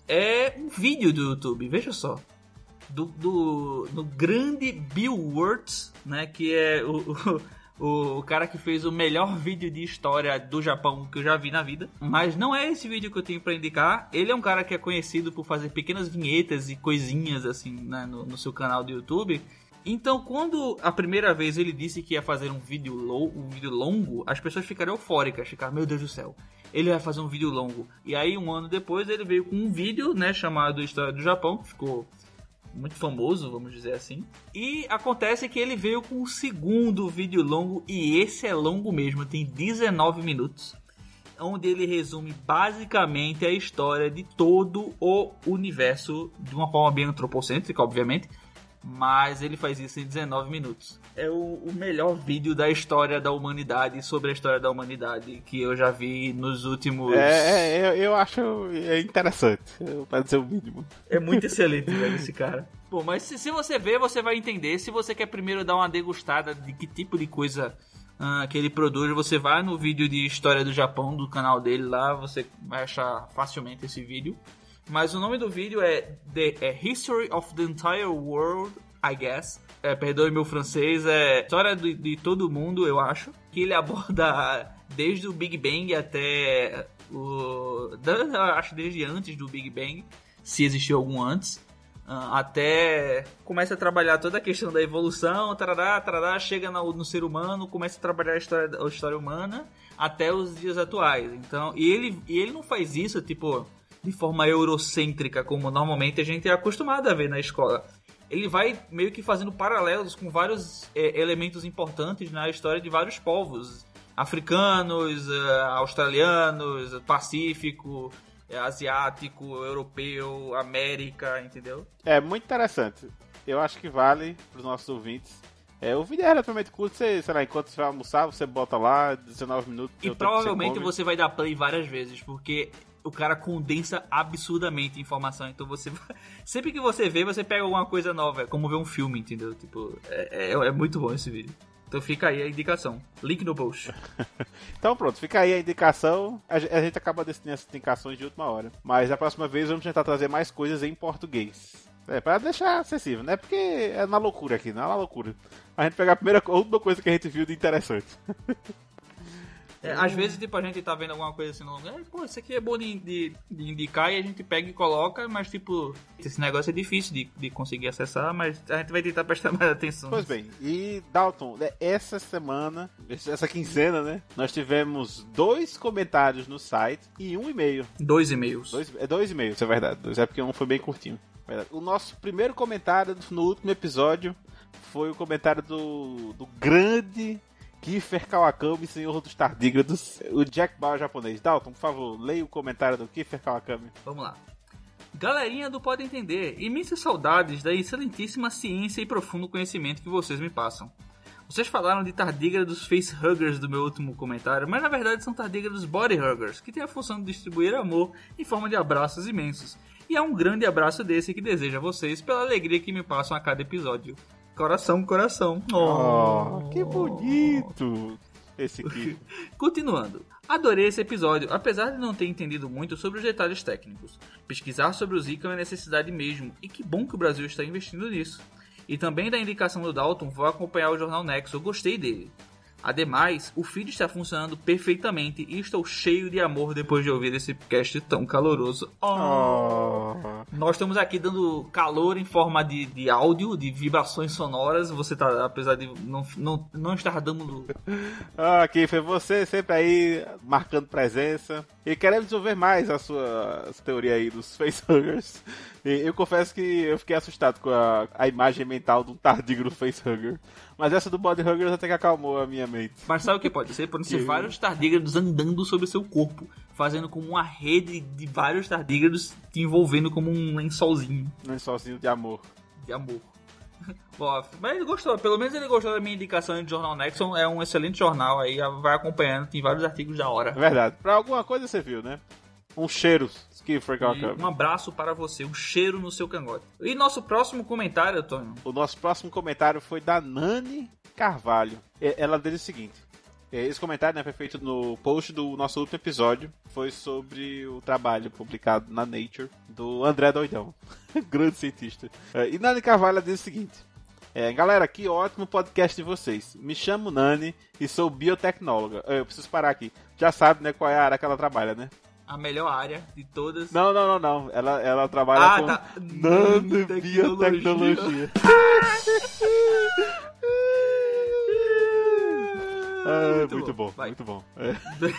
é um vídeo do YouTube, veja só. Do, do, do grande Bill Wurtz, né, que é o... o O cara que fez o melhor vídeo de história do Japão que eu já vi na vida. Mas não é esse vídeo que eu tenho pra indicar. Ele é um cara que é conhecido por fazer pequenas vinhetas e coisinhas assim, né, no, no seu canal do YouTube. Então, quando a primeira vez ele disse que ia fazer um vídeo, lo- um vídeo longo, as pessoas ficaram eufóricas. Ficaram, meu Deus do céu, ele vai fazer um vídeo longo. E aí, um ano depois, ele veio com um vídeo, né, chamado História do Japão, que ficou muito famoso, vamos dizer assim. E acontece que ele veio com o segundo vídeo longo, e esse é longo mesmo, tem dezenove minutos, onde ele resume basicamente a história de todo o universo, de uma forma bem antropocêntrica, obviamente, mas ele faz isso em dezenove minutos. É o, o melhor vídeo da história da humanidade, sobre a história da humanidade, que eu já vi nos últimos... É, é eu, eu acho interessante, para dizer o mínimo. É muito excelente, velho, esse cara. Bom, mas se, se você ver, você vai entender. Se você quer primeiro dar uma degustada de que tipo de coisa uh, que ele produz, você vai no vídeo de História do Japão, do canal dele lá, você vai achar facilmente esse vídeo. Mas o nome do vídeo é, The, é History of the Entire World, I guess. É, perdoe meu francês, é História de, de todo mundo, eu acho. Que ele aborda desde o Big Bang até o... acho desde antes do Big Bang, se existiu algum antes. Uh, até começa a trabalhar toda a questão da evolução, tarará, tarará, chega no, no ser humano, começa a trabalhar a história, a história humana até os dias atuais. Então, e ele, e ele não faz isso, tipo... de forma eurocêntrica, como normalmente a gente é acostumado a ver na escola. Ele vai meio que fazendo paralelos com vários é, elementos importantes na história de vários povos. Africanos, uh, australianos, Pacífico, uh, asiático, europeu, América, entendeu? É muito interessante. Eu acho que vale para os nossos ouvintes. É, o vídeo é relativamente curto, você, sei lá, enquanto você vai almoçar, você bota lá, dezenove minutos. E provavelmente você, você vai dar play várias vezes, porque... o cara condensa absurdamente informação, então você vai... sempre que você vê, você pega alguma coisa nova, é como ver um filme, entendeu? Tipo, é, é, é muito bom esse vídeo. Então fica aí a indicação, link no post. Então pronto, fica aí a indicação. A gente acaba decidindo essas indicações de última hora, mas da próxima vez vamos tentar trazer mais coisas em português. É, pra deixar acessível, né? Porque é na loucura aqui, não é na loucura. A gente pegar a primeira, a última coisa que a gente viu de interessante. É, às vezes, tipo, a gente tá vendo alguma coisa assim no lugar, pô, isso aqui é bom de, de, de indicar, e a gente pega e coloca, mas, tipo, esse negócio é difícil de, de conseguir acessar, mas a gente vai tentar prestar mais atenção. Pois bem, e Dalton, essa semana, essa quinzena, né, nós tivemos dois comentários no site e um e-mail. Dois e-mails. Dois, é dois e-mails, é verdade, dois, é porque um foi bem curtinho. Verdade. O nosso primeiro comentário no último episódio foi o comentário do, do grande... Kiefer Kawakami, senhor dos tardígrados, o Jack Bauer japonês. Dalton, por favor, leia o comentário do Kiefer Kawakami. Vamos lá. Galerinha do Pode Entender, imensas saudades da excelentíssima ciência e profundo conhecimento que vocês me passam. Vocês falaram de tardígrados facehuggers do meu último comentário, mas na verdade são tardígrados bodyhuggers, que têm a função de distribuir amor em forma de abraços imensos. E é um grande abraço desse que desejo a vocês pela alegria que me passam a cada episódio. Coração, coração. Oh, oh, que bonito esse aqui. Continuando. Adorei esse episódio, apesar de não ter entendido muito sobre os detalhes técnicos. Pesquisar sobre o Zika é uma necessidade mesmo, e que bom que o Brasil está investindo nisso. E também da indicação do Dalton, vou acompanhar o Jornal Nexo, eu gostei dele. Ademais, o feed está funcionando perfeitamente e estou cheio de amor depois de ouvir esse podcast tão caloroso. Oh. Oh. Nós estamos aqui dando calor em forma de, de áudio, de vibrações sonoras. Você tá, apesar de não, não, não estar dando... Ah, aqui foi você sempre aí marcando presença. E queremos desenvolver mais a sua teoria aí dos facehuggers. E eu confesso que eu fiquei assustado com a, a imagem mental de um tardígrado facehugger. Mas essa do bodyhugger até que acalmou a minha mente. Mas sabe o que pode ser? Podem ser vários tardígrados andando sobre o seu corpo, fazendo como uma rede de vários tardígrados te envolvendo como um lençolzinho. Um lençolzinho de amor. De amor. Bom, mas ele gostou, pelo menos ele gostou da minha indicação de Jornal Nexon. É um excelente jornal aí, vai acompanhando, tem vários artigos da hora. É verdade, pra alguma coisa você viu, né? Um cheiro. Um abraço para você, um cheiro no seu cangote. E nosso próximo comentário, Antônio? O nosso próximo comentário foi da Nani Carvalho. Ela diz o seguinte: esse comentário, né, foi feito no post do nosso último episódio. Foi sobre o trabalho publicado na Nature do André Doidão, grande cientista. E Nani Carvalho diz o seguinte: É, galera, que ótimo podcast de vocês. Me chamo Nani e sou biotecnóloga. Eu preciso parar aqui. Já sabe, né, qual é a área que ela trabalha, né? A melhor área de todas. Não, não, não, não. Ela, ela trabalha ah, com tá. nanobiotecnologia. ah, muito, muito bom, bom muito bom. É.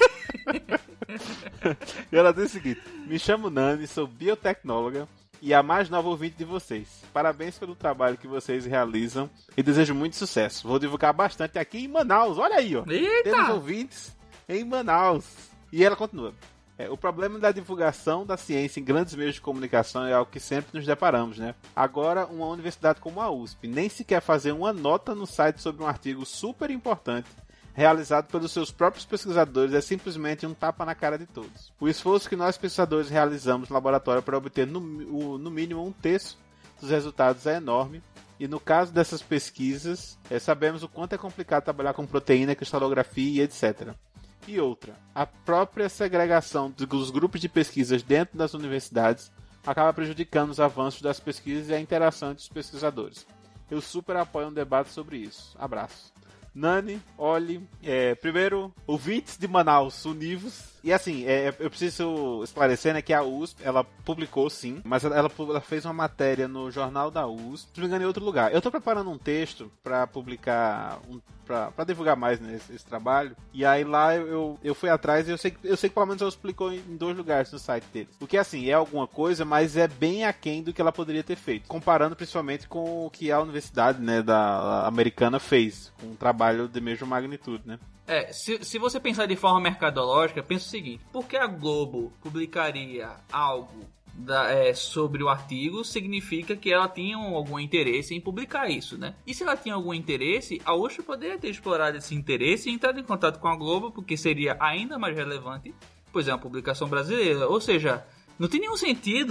E ela diz o seguinte: me chamo Nani, sou biotecnóloga e a mais nova ouvinte de vocês. Parabéns pelo trabalho que vocês realizam e desejo muito sucesso. Vou divulgar bastante aqui em Manaus. Olha aí, ó. Eita! Temos ouvintes em Manaus. E ela continua: É, o problema da divulgação da ciência em grandes meios de comunicação é algo que sempre nos deparamos, né? Agora, uma universidade como a U S P nem sequer fazer uma nota no site sobre um artigo super importante realizado pelos seus próprios pesquisadores é simplesmente um tapa na cara de todos. O esforço que nós pesquisadores realizamos no laboratório para obter no, no mínimo um terço dos resultados é enorme. E no caso dessas pesquisas, é, sabemos o quanto é complicado trabalhar com proteína, cristalografia e etcétera. E outra, a própria segregação dos grupos de pesquisas dentro das universidades acaba prejudicando os avanços das pesquisas e a interação entre os pesquisadores. Eu super apoio um debate sobre isso. Abraço. Nani, Oli, é, primeiro, ouvintes de Manaus, univos. E assim, é, eu preciso esclarecer, né, que a U S P, ela publicou sim, mas ela, ela fez uma matéria no jornal da U S P, se não me engano, em outro lugar. Eu tô preparando um texto para publicar, um, pra, pra divulgar mais, né, esse, esse trabalho. E aí lá eu, eu, eu fui atrás e eu sei, eu sei que pelo menos ela explicou em, em dois lugares no site deles. O que assim, é alguma coisa, mas é bem aquém do que ela poderia ter feito. Comparando principalmente com o que a universidade, né, da a americana fez, com um trabalho de mesma magnitude, né. É, se, se você pensar de forma mercadológica, pensa o seguinte: por que a Globo publicaria algo da, é, sobre o artigo? Significa que ela tinha algum interesse em publicar isso, né? E se ela tinha algum interesse, a U S P poderia ter explorado esse interesse e entrado em contato com a Globo, porque seria ainda mais relevante, pois é uma publicação brasileira. Ou seja, não tem nenhum sentido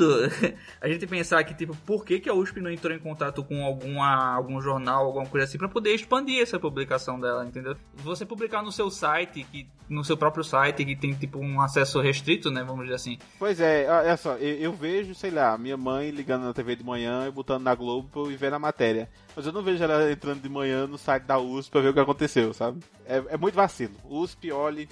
a gente pensar que, tipo, por que, que a U S P não entrou em contato com alguma, algum jornal, alguma coisa assim, pra poder expandir essa publicação dela, entendeu? Você publicar no seu site, que, no seu próprio site, que tem, tipo, um acesso restrito, né, vamos dizer assim. Pois é, olha só, eu, eu vejo, sei lá, minha mãe ligando na T V de manhã e botando na Globo e vendo a matéria. Mas eu não vejo ela entrando de manhã no site da U S P pra ver o que aconteceu, sabe? É, é muito vacilo. U S P, olhe...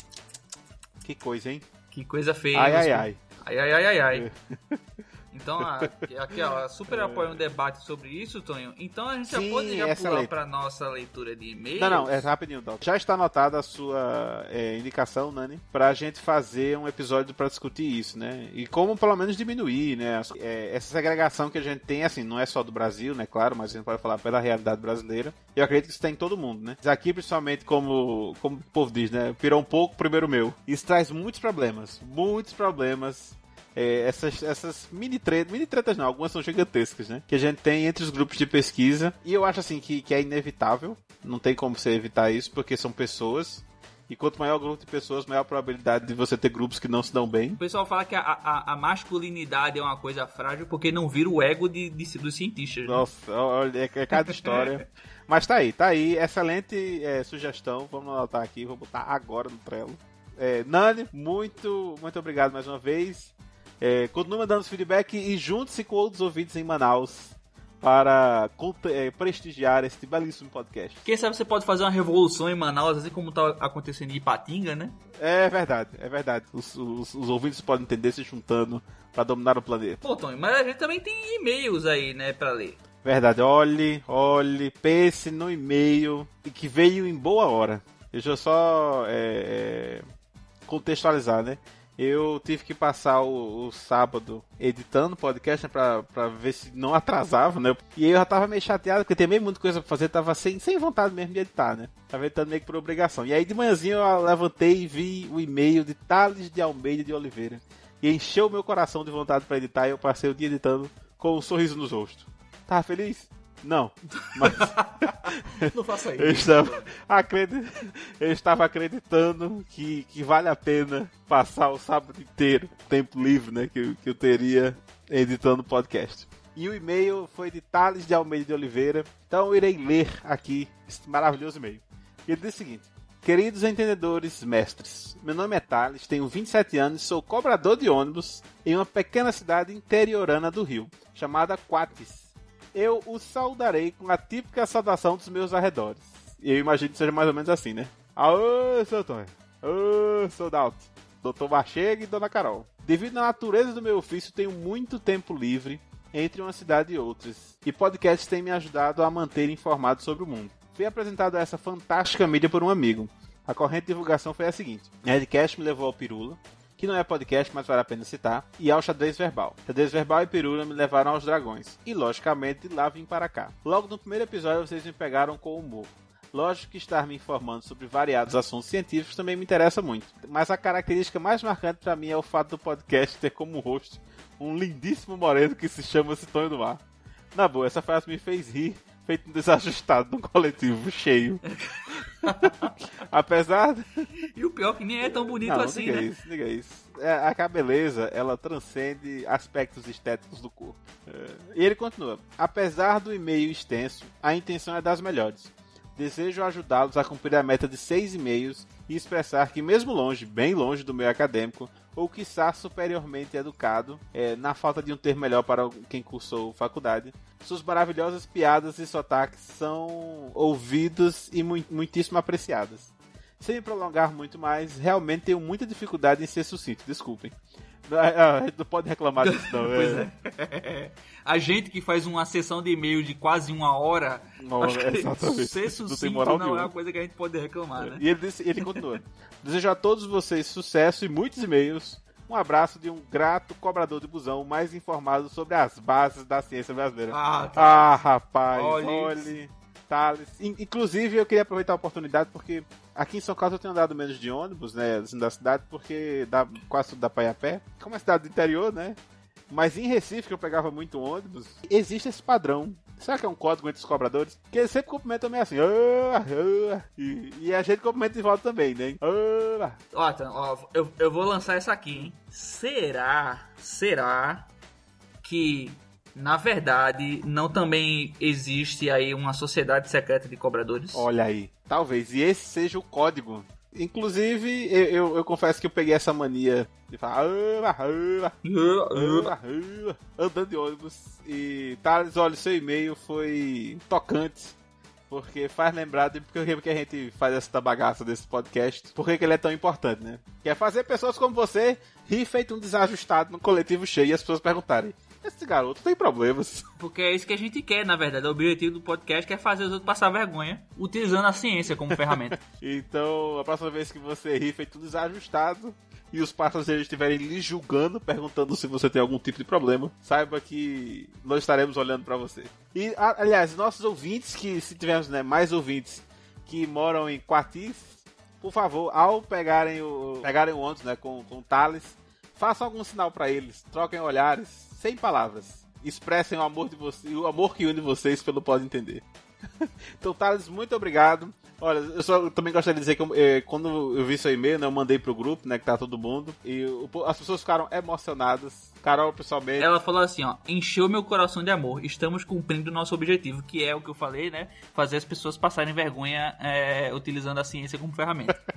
Que coisa, hein? Que coisa feia. Ai, ai, ai. Ai, ai, ai, ai, ai. Então, aqui, aqui ó, super apoio um debate sobre isso, Tonho. Então a gente Sim, já pode já pular para nossa leitura de e-mails. Não, não, é rapidinho, Dal. Já está anotada a sua é, indicação, Nani, pra gente fazer um episódio para discutir isso, né? E como pelo menos diminuir, né? É, essa segregação que a gente tem, assim, não é só do Brasil, né? Claro, mas a gente pode falar pela realidade brasileira. Eu acredito que isso tem em todo mundo, né? Aqui, principalmente, como, como o povo diz, né? Pirou um pouco, primeiro meu. Isso traz muitos problemas. Muitos problemas. É, essas, essas mini tretas, mini tretas não, algumas são gigantescas, né? Que a gente tem entre os grupos de pesquisa. E eu acho assim que, que é inevitável. Não tem como você evitar isso, porque são pessoas. E quanto maior o grupo de pessoas, maior a probabilidade de você ter grupos que não se dão bem. O pessoal fala que a, a, a masculinidade é uma coisa frágil porque não vira o ego de, de, dos cientistas. Né? Nossa, olha, é, é cada história. Mas tá aí, tá aí. Excelente é, sugestão. Vamos anotar aqui, vou botar agora no Trello. É, Nani, muito, muito obrigado mais uma vez. É, continue mandando feedback e junte-se com outros ouvintes em Manaus para é, prestigiar este belíssimo podcast. Quem sabe você pode fazer uma revolução em Manaus, assim como tá acontecendo em Ipatinga, né? É verdade, é verdade. Os, os, os ouvintes podem entender se juntando para dominar o planeta. Pô, Tony, mas a gente também tem e-mails aí, né, pra ler. Verdade, olhe, olhe, pense no e-mail e que veio em boa hora. Deixa eu só é, contextualizar, né? Eu tive que passar o, o sábado editando o podcast, né, pra, pra ver se não atrasava, né? E eu já tava meio chateado, porque tem meio muita coisa pra fazer, tava sem, sem vontade mesmo de editar, né? Tava editando meio que por obrigação. E aí de manhãzinho eu levantei e vi o e-mail de Thales de Almeida de Oliveira. E encheu o meu coração de vontade pra editar e eu passei o dia editando com um sorriso no rosto. Tava feliz? Não, mas não faça isso. Eu estava, acredit... eu estava acreditando que, que vale a pena passar o sábado inteiro, tempo livre, né, que, que eu teria editando o podcast. E o e-mail foi de Thales de Almeida de Oliveira, então eu irei ler aqui esse maravilhoso e-mail. Ele diz o seguinte: queridos entendedores mestres, meu nome é Thales, tenho vinte e sete anos e sou cobrador de ônibus em uma pequena cidade interiorana do Rio, chamada Quatis. Eu o saudarei com a típica saudação dos meus arredores. E eu imagino que seja mais ou menos assim, né? Aô, seu Tony. Aô, seu Dalton. doutor Machega e Dona Carol. Devido à natureza do meu ofício, tenho muito tempo livre entre uma cidade e outras. E podcasts têm me ajudado a manter informado sobre o mundo. Fui apresentado a essa fantástica mídia por um amigo. A corrente de divulgação foi a seguinte: Nerdcast me levou ao Pirula, que não é podcast, mas vale a pena citar, e ao Xadrez Verbal. Xadrez Verbal e Pirula me levaram aos Dragões, e logicamente lá vim para cá. Logo no primeiro episódio vocês me pegaram com humor. Lógico que estar me informando sobre variados assuntos científicos também me interessa muito, mas a característica mais marcante para mim é o fato do podcast ter como host um lindíssimo moreno que se chama Tonho do Mar. Na boa, essa frase me fez rir, feito um desajustado num coletivo cheio. Apesar de... E o pior é que nem é tão bonito não, assim, diga né? Isso, diga isso. É, a beleza, ela transcende aspectos estéticos do corpo. É, e ele continua: apesar do e-mail extenso, a intenção é das melhores. Desejo ajudá-los a cumprir a meta de seis e-mails e expressar que mesmo longe, bem longe do meio acadêmico, ou quiçá superiormente educado, é, na falta de um termo melhor para quem cursou faculdade, suas maravilhosas piadas e sotaques são ouvidos e mu- muitíssimo apreciadas. Sem me prolongar muito mais, realmente tenho muita dificuldade em ser sucinto, desculpem. A gente não pode reclamar disso, não. Pois é. A gente que faz uma sessão de e-mail de quase uma hora, não, acho que exatamente. ser sucinto não, tem moral não é uma coisa que a gente pode reclamar, né? E ele, disse, ele continua: desejo a todos vocês sucesso e muitos e-mails. Um abraço de um grato cobrador de busão mais informado sobre as bases da ciência brasileira. Ah, tá. Ah, rapaz, olhe, olhe Thales. Inclusive, eu queria aproveitar a oportunidade porque aqui em São Carlos eu tenho andado menos de ônibus, né, assim, da cidade, porque dá, quase tudo dá pra ir a pé. Como é cidade do interior, né? Mas em Recife, que eu pegava muito ônibus, existe esse padrão. Será que é um código entre os cobradores? Que eles sempre cumprimentam meio assim. Ah, ah, e, e a gente cumprimenta de volta também, né? Ah. Ó, então, ó, eu, eu vou lançar essa aqui, hein? Será, será que, na verdade, não também existe aí uma sociedade secreta de cobradores? Olha aí, talvez. E esse seja o código. Inclusive, eu, eu, eu confesso que eu peguei essa mania de falar ah, ah, ah, ah, andando de ônibus. E Thales, olha, seu e-mail foi tocante, porque faz lembrar de porque que a gente faz essa bagaça desse podcast, por que ele é tão importante, né? Que é fazer pessoas como você rir feito um desajustado no coletivo cheio e as pessoas perguntarem: esse garoto tem problemas? Porque é isso que a gente quer, na verdade. O objetivo do podcast é fazer os outros passar vergonha, utilizando a ciência como ferramenta. Então, a próxima vez que você rir feito desajustado e os passageiros estiverem lhe julgando, perguntando se você tem algum tipo de problema, saiba que nós estaremos olhando pra você. E, aliás, nossos ouvintes, que se tivermos, né, mais ouvintes que moram em Quatis, por favor, ao pegarem o, pegarem o ônibus, né, com, com o Thales, façam algum sinal pra eles, troquem olhares, sem palavras. Expressem o amor de vocês, o amor que une vocês pelo Pode Entender. Então, Thales, muito obrigado. Olha, eu só eu também gostaria de dizer que eu, eh, quando eu vi seu e-mail, né, eu mandei pro grupo, né, que tá todo mundo, e o, as pessoas ficaram emocionadas. Carol, pessoalmente... Ela falou assim, ó: encheu meu coração de amor, estamos cumprindo o nosso objetivo, que é o que eu falei, né, fazer as pessoas passarem vergonha é, utilizando a ciência como ferramenta.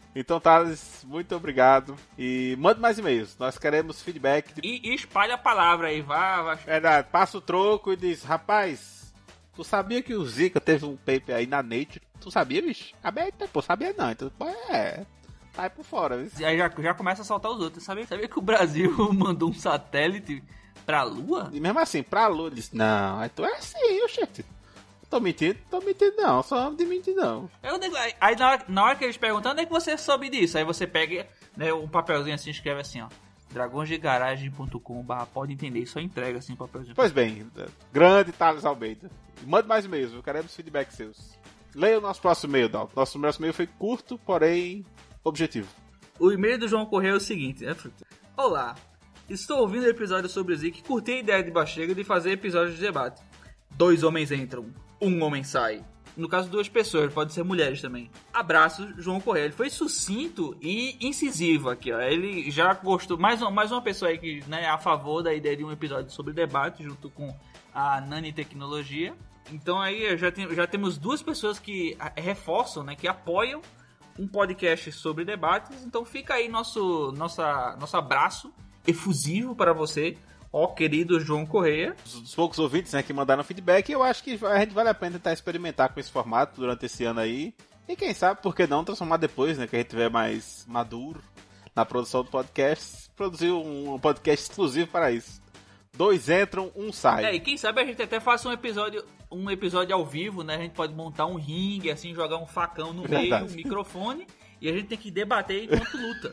Então, Thales, muito obrigado. E mande mais e-mails. Nós queremos feedback. De... E, e espalha a palavra aí, vá, vá. Verdade, passa o troco e diz, rapaz, tu sabia que o Zika teve um paper aí na Nature? Tu sabia, bicho? Sabia, pô, sabia não. Então, pô, é... Tá aí por fora, viu? E aí já, já começa a soltar os outros. Sabia, sabia que o Brasil mandou um satélite pra Lua? E mesmo assim, pra Lua, ele disse, não, aí tu é assim, oxente. Tô mentindo, tô mentindo não, só de mentir não. Eu, aí na hora, na hora que eles perguntam, onde é que você soube disso? Aí você pega, né, um papelzinho assim, escreve assim, ó. dragões de garagem ponto com barra pode entender, só entrega assim o papelzinho. Pois bem, grande Thales Almeida. Mande mais e-mails, eu queremos feedback seus. Leia o nosso próximo e-mail, Dalton. Nosso próximo e-mail foi curto, porém objetivo. O e-mail do João Correia é o seguinte, né, Fruta? Olá, estou ouvindo o episódio sobre o Zeke e curti a ideia de Bachega de fazer episódios de debate. Dois homens entram, um homem sai. No caso, duas pessoas, pode ser mulheres também. Abraço, João Correia. Ele foi sucinto e incisivo aqui, ó. Ele já gostou. Mais uma, mais uma pessoa aí que, né, é a favor da ideia de um episódio sobre debate, junto com a Nani Tecnologia. Então aí já, tem, já temos duas pessoas que reforçam, né, que apoiam um podcast sobre debates. Então fica aí nosso, nossa, nosso abraço efusivo para você, ó querido João Correia. Os poucos ouvintes, né, que mandaram feedback, eu acho que a gente vale a pena tentar experimentar com esse formato durante esse ano aí. E quem sabe, por que não transformar depois, né, que a gente tiver mais maduro na produção do podcast, produzir um podcast exclusivo para isso. Dois entram, um sai. É, e quem sabe a gente até faça um episódio, um episódio ao vivo, né? A gente pode montar um ringue, assim, jogar um facão no meio, um microfone, e a gente tem que debater enquanto luta.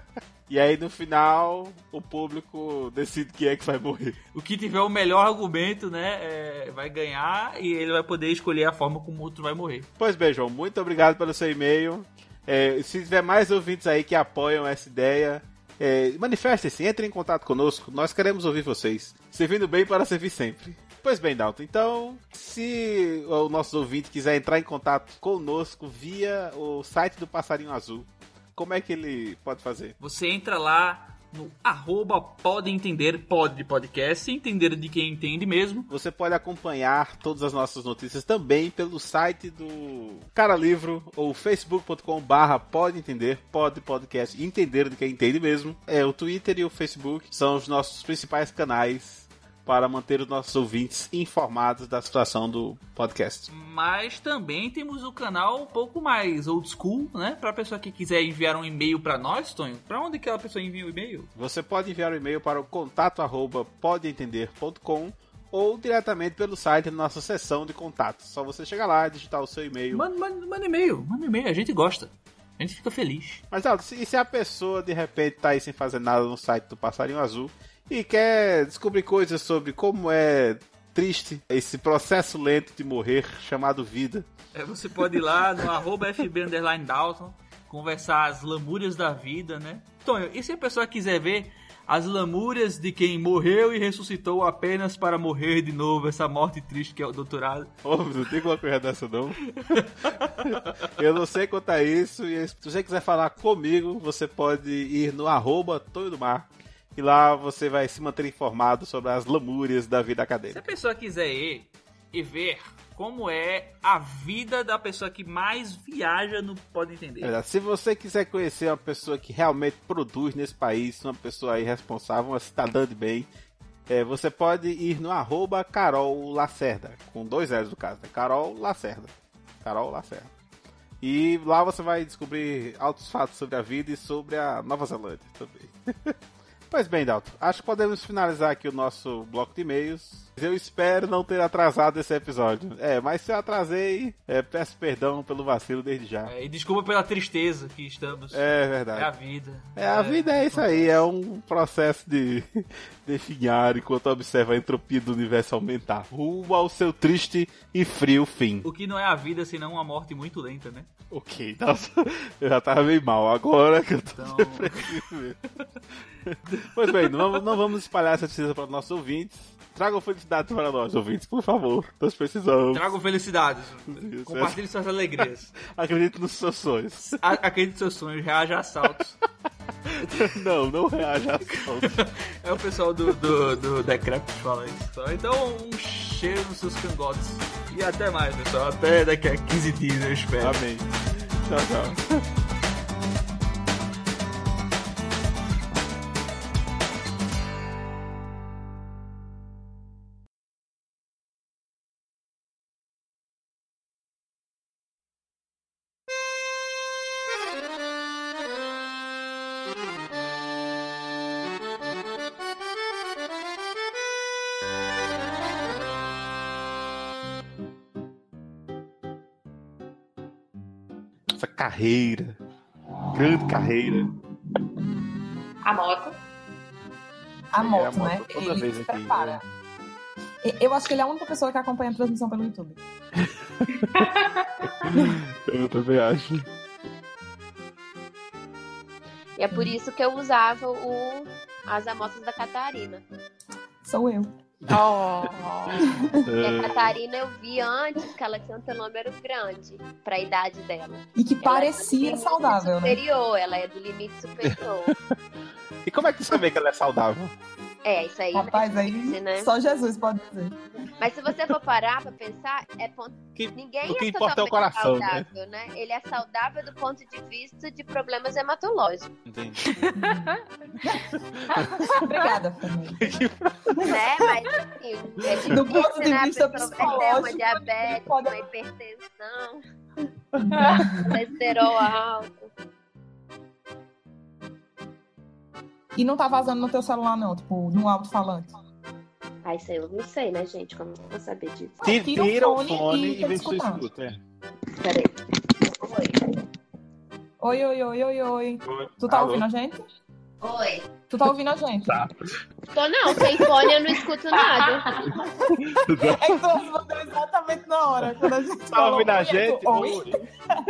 E aí, no final, o público decide quem é que vai morrer. O que tiver o melhor argumento, né, é, vai ganhar e ele vai poder escolher a forma como o outro vai morrer. Pois bem, João, muito obrigado pelo seu e-mail. É, se tiver mais ouvintes aí que apoiam essa ideia, é, manifestem-se, entrem em contato conosco. Nós queremos ouvir vocês. Servindo bem para servir sempre. Pois bem, Dalton, então, se o nosso ouvinte quiser entrar em contato conosco via o site do Passarinho Azul, como é que ele pode fazer? Você entra lá no arroba pode entender, pode de podcast, entender de quem entende mesmo. Você pode acompanhar todas as nossas notícias também pelo site do Cara Livro ou facebook ponto com barra pode entender, pode podcast, entender de quem entende mesmo. É, o Twitter e o Facebook são os nossos principais canais para manter os nossos ouvintes informados da situação do podcast. Mas também temos o canal um pouco mais old school, né? Para a pessoa que quiser enviar um e-mail para nós, Tonho. Para onde que a pessoa envia o e-mail? Você pode enviar o um e-mail para o contato arroba pode entender ponto com ou diretamente pelo site na nossa seção de contatos. Só você chegar lá e digitar o seu e-mail. Manda, manda, manda e-mail, manda e-mail, a gente gosta. A gente fica feliz. Mas, Aldo, e se a pessoa de repente tá aí sem fazer nada no site do Passarinho Azul e quer descobrir coisas sobre como é triste esse processo lento de morrer chamado vida? É, você pode ir lá no arroba fb underline Dalton, conversar as lamúrias da vida, né? Tonho, e se a pessoa quiser ver as lamúrias de quem morreu e ressuscitou apenas para morrer de novo, essa morte triste que é o doutorado? Ô, oh, não tem uma coisa dessa não. Eu não sei contar isso, e se você quiser falar comigo, você pode ir no arroba Tonho do Mar. E lá você vai se manter informado sobre as lamúrias da vida acadêmica. Se a pessoa quiser ir e ver como é a vida da pessoa que mais viaja no Pode Entender. É, se você quiser conhecer uma pessoa que realmente produz nesse país, uma pessoa aí responsável, uma cidadã de bem, é, você pode ir no arroba Carol Lacerda, com dois L's do caso, né? Carol Lacerda. Carol Lacerda. E lá você vai descobrir altos fatos sobre a vida e sobre a Nova Zelândia também. Pois bem, Dalton, acho que podemos finalizar aqui o nosso bloco de e-mails. Eu espero não ter atrasado esse episódio. É, mas se eu atrasei, é, peço perdão pelo vacilo desde já. É, e desculpa pela tristeza que estamos. É verdade. É a vida. É, a é, vida é isso aí, é um processo de definhar enquanto observa a entropia do universo aumentar. Rumo ao seu triste e frio fim. O que não é a vida senão uma morte muito lenta, né? Ok, nossa, eu já tava meio mal, agora que eu tô então... depressivo mesmo. Pois bem, não vamos, não vamos espalhar essa tristeza para os nossos ouvintes. Tragam felicidade para nós, ouvintes, por favor. Nós precisamos. Tragam felicidades. Isso, compartilhe é. suas alegrias. Acredite nos seus sonhos. A, acredite nos seus sonhos, reaja a assaltos. Não, não reaja a assaltos. É o pessoal do, do, do Decrépito que fala isso. Então, um cheiro nos seus cangotes. E até mais, pessoal. Até daqui a quinze dias, eu espero. Amém. Tchau, tchau. essa carreira. Grande carreira. A moto. A É, moto, a moto né? toda Ele vez se aqui, prepara. E- Eu acho que ele é a única pessoa que acompanha a transmissão pelo YouTube. Eu também acho. E é por isso que eu usava o... as amostras da Catarina. Sou eu. Oh. E a Catarina eu vi antes que ela tinha um telômero grande pra idade dela. E que Ela parecia é do limite saudável, né? superior, ela é do limite superior. E como é que você vê que ela é saudável? É, isso aí Rapaz, não aí existe, né? só Jesus pode dizer. Mas se você for parar pra pensar, é ponto... Que- ninguém o que é importa é o totalmente coração, né? saudável, né? Ele é saudável do ponto de vista de problemas hematológicos, Entendi. Obrigada, Fernanda. né? Mas assim, é difícil, Do ponto de né? vista A pessoa ter psicológico, uma diabetes, pode- uma hipertensão, colesterol alto. E não tá vazando no teu celular, não, tipo, no alto-falante. Ah, isso aí eu não sei, né, gente? Como eu vou saber disso? Tira, Tira o tira o fone fone e e tenta vê se tu escutar. escuta. É. Peraí. Oi, oi, oi, oi, oi. Tu tá Alô? ouvindo a gente? Oi. Tu tá ouvindo a gente? Tá. Tô não, sem fone eu não escuto nada. É que tu respondeu exatamente na hora. Quando a gente Tá falou, ouvindo a oi, gente? tu- Oi? Oi.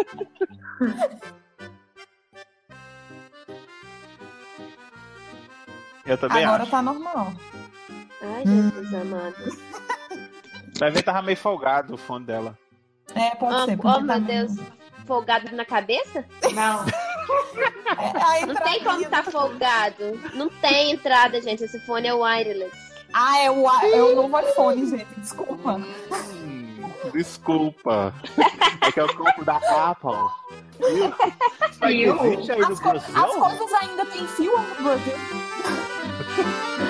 Eu também Agora acho. tá normal. Ai, Jesus amado. Vai ver, tava meio folgado o fone dela. É, pode Oh, ser. oh, porque meu tá Deus. Folgado na cabeça? Não. É, a Não tem como entradinha tá do- folgado. Não tem entrada, gente. Esse fone é wireless. Ah, é o, é o novo iPhone, gente. Desculpa. Hum, desculpa. É que é o corpo da Apple. Viu? Isso aí Viu? existe aí no As, co- Brasil? as coisas ainda têm fio no Brasil.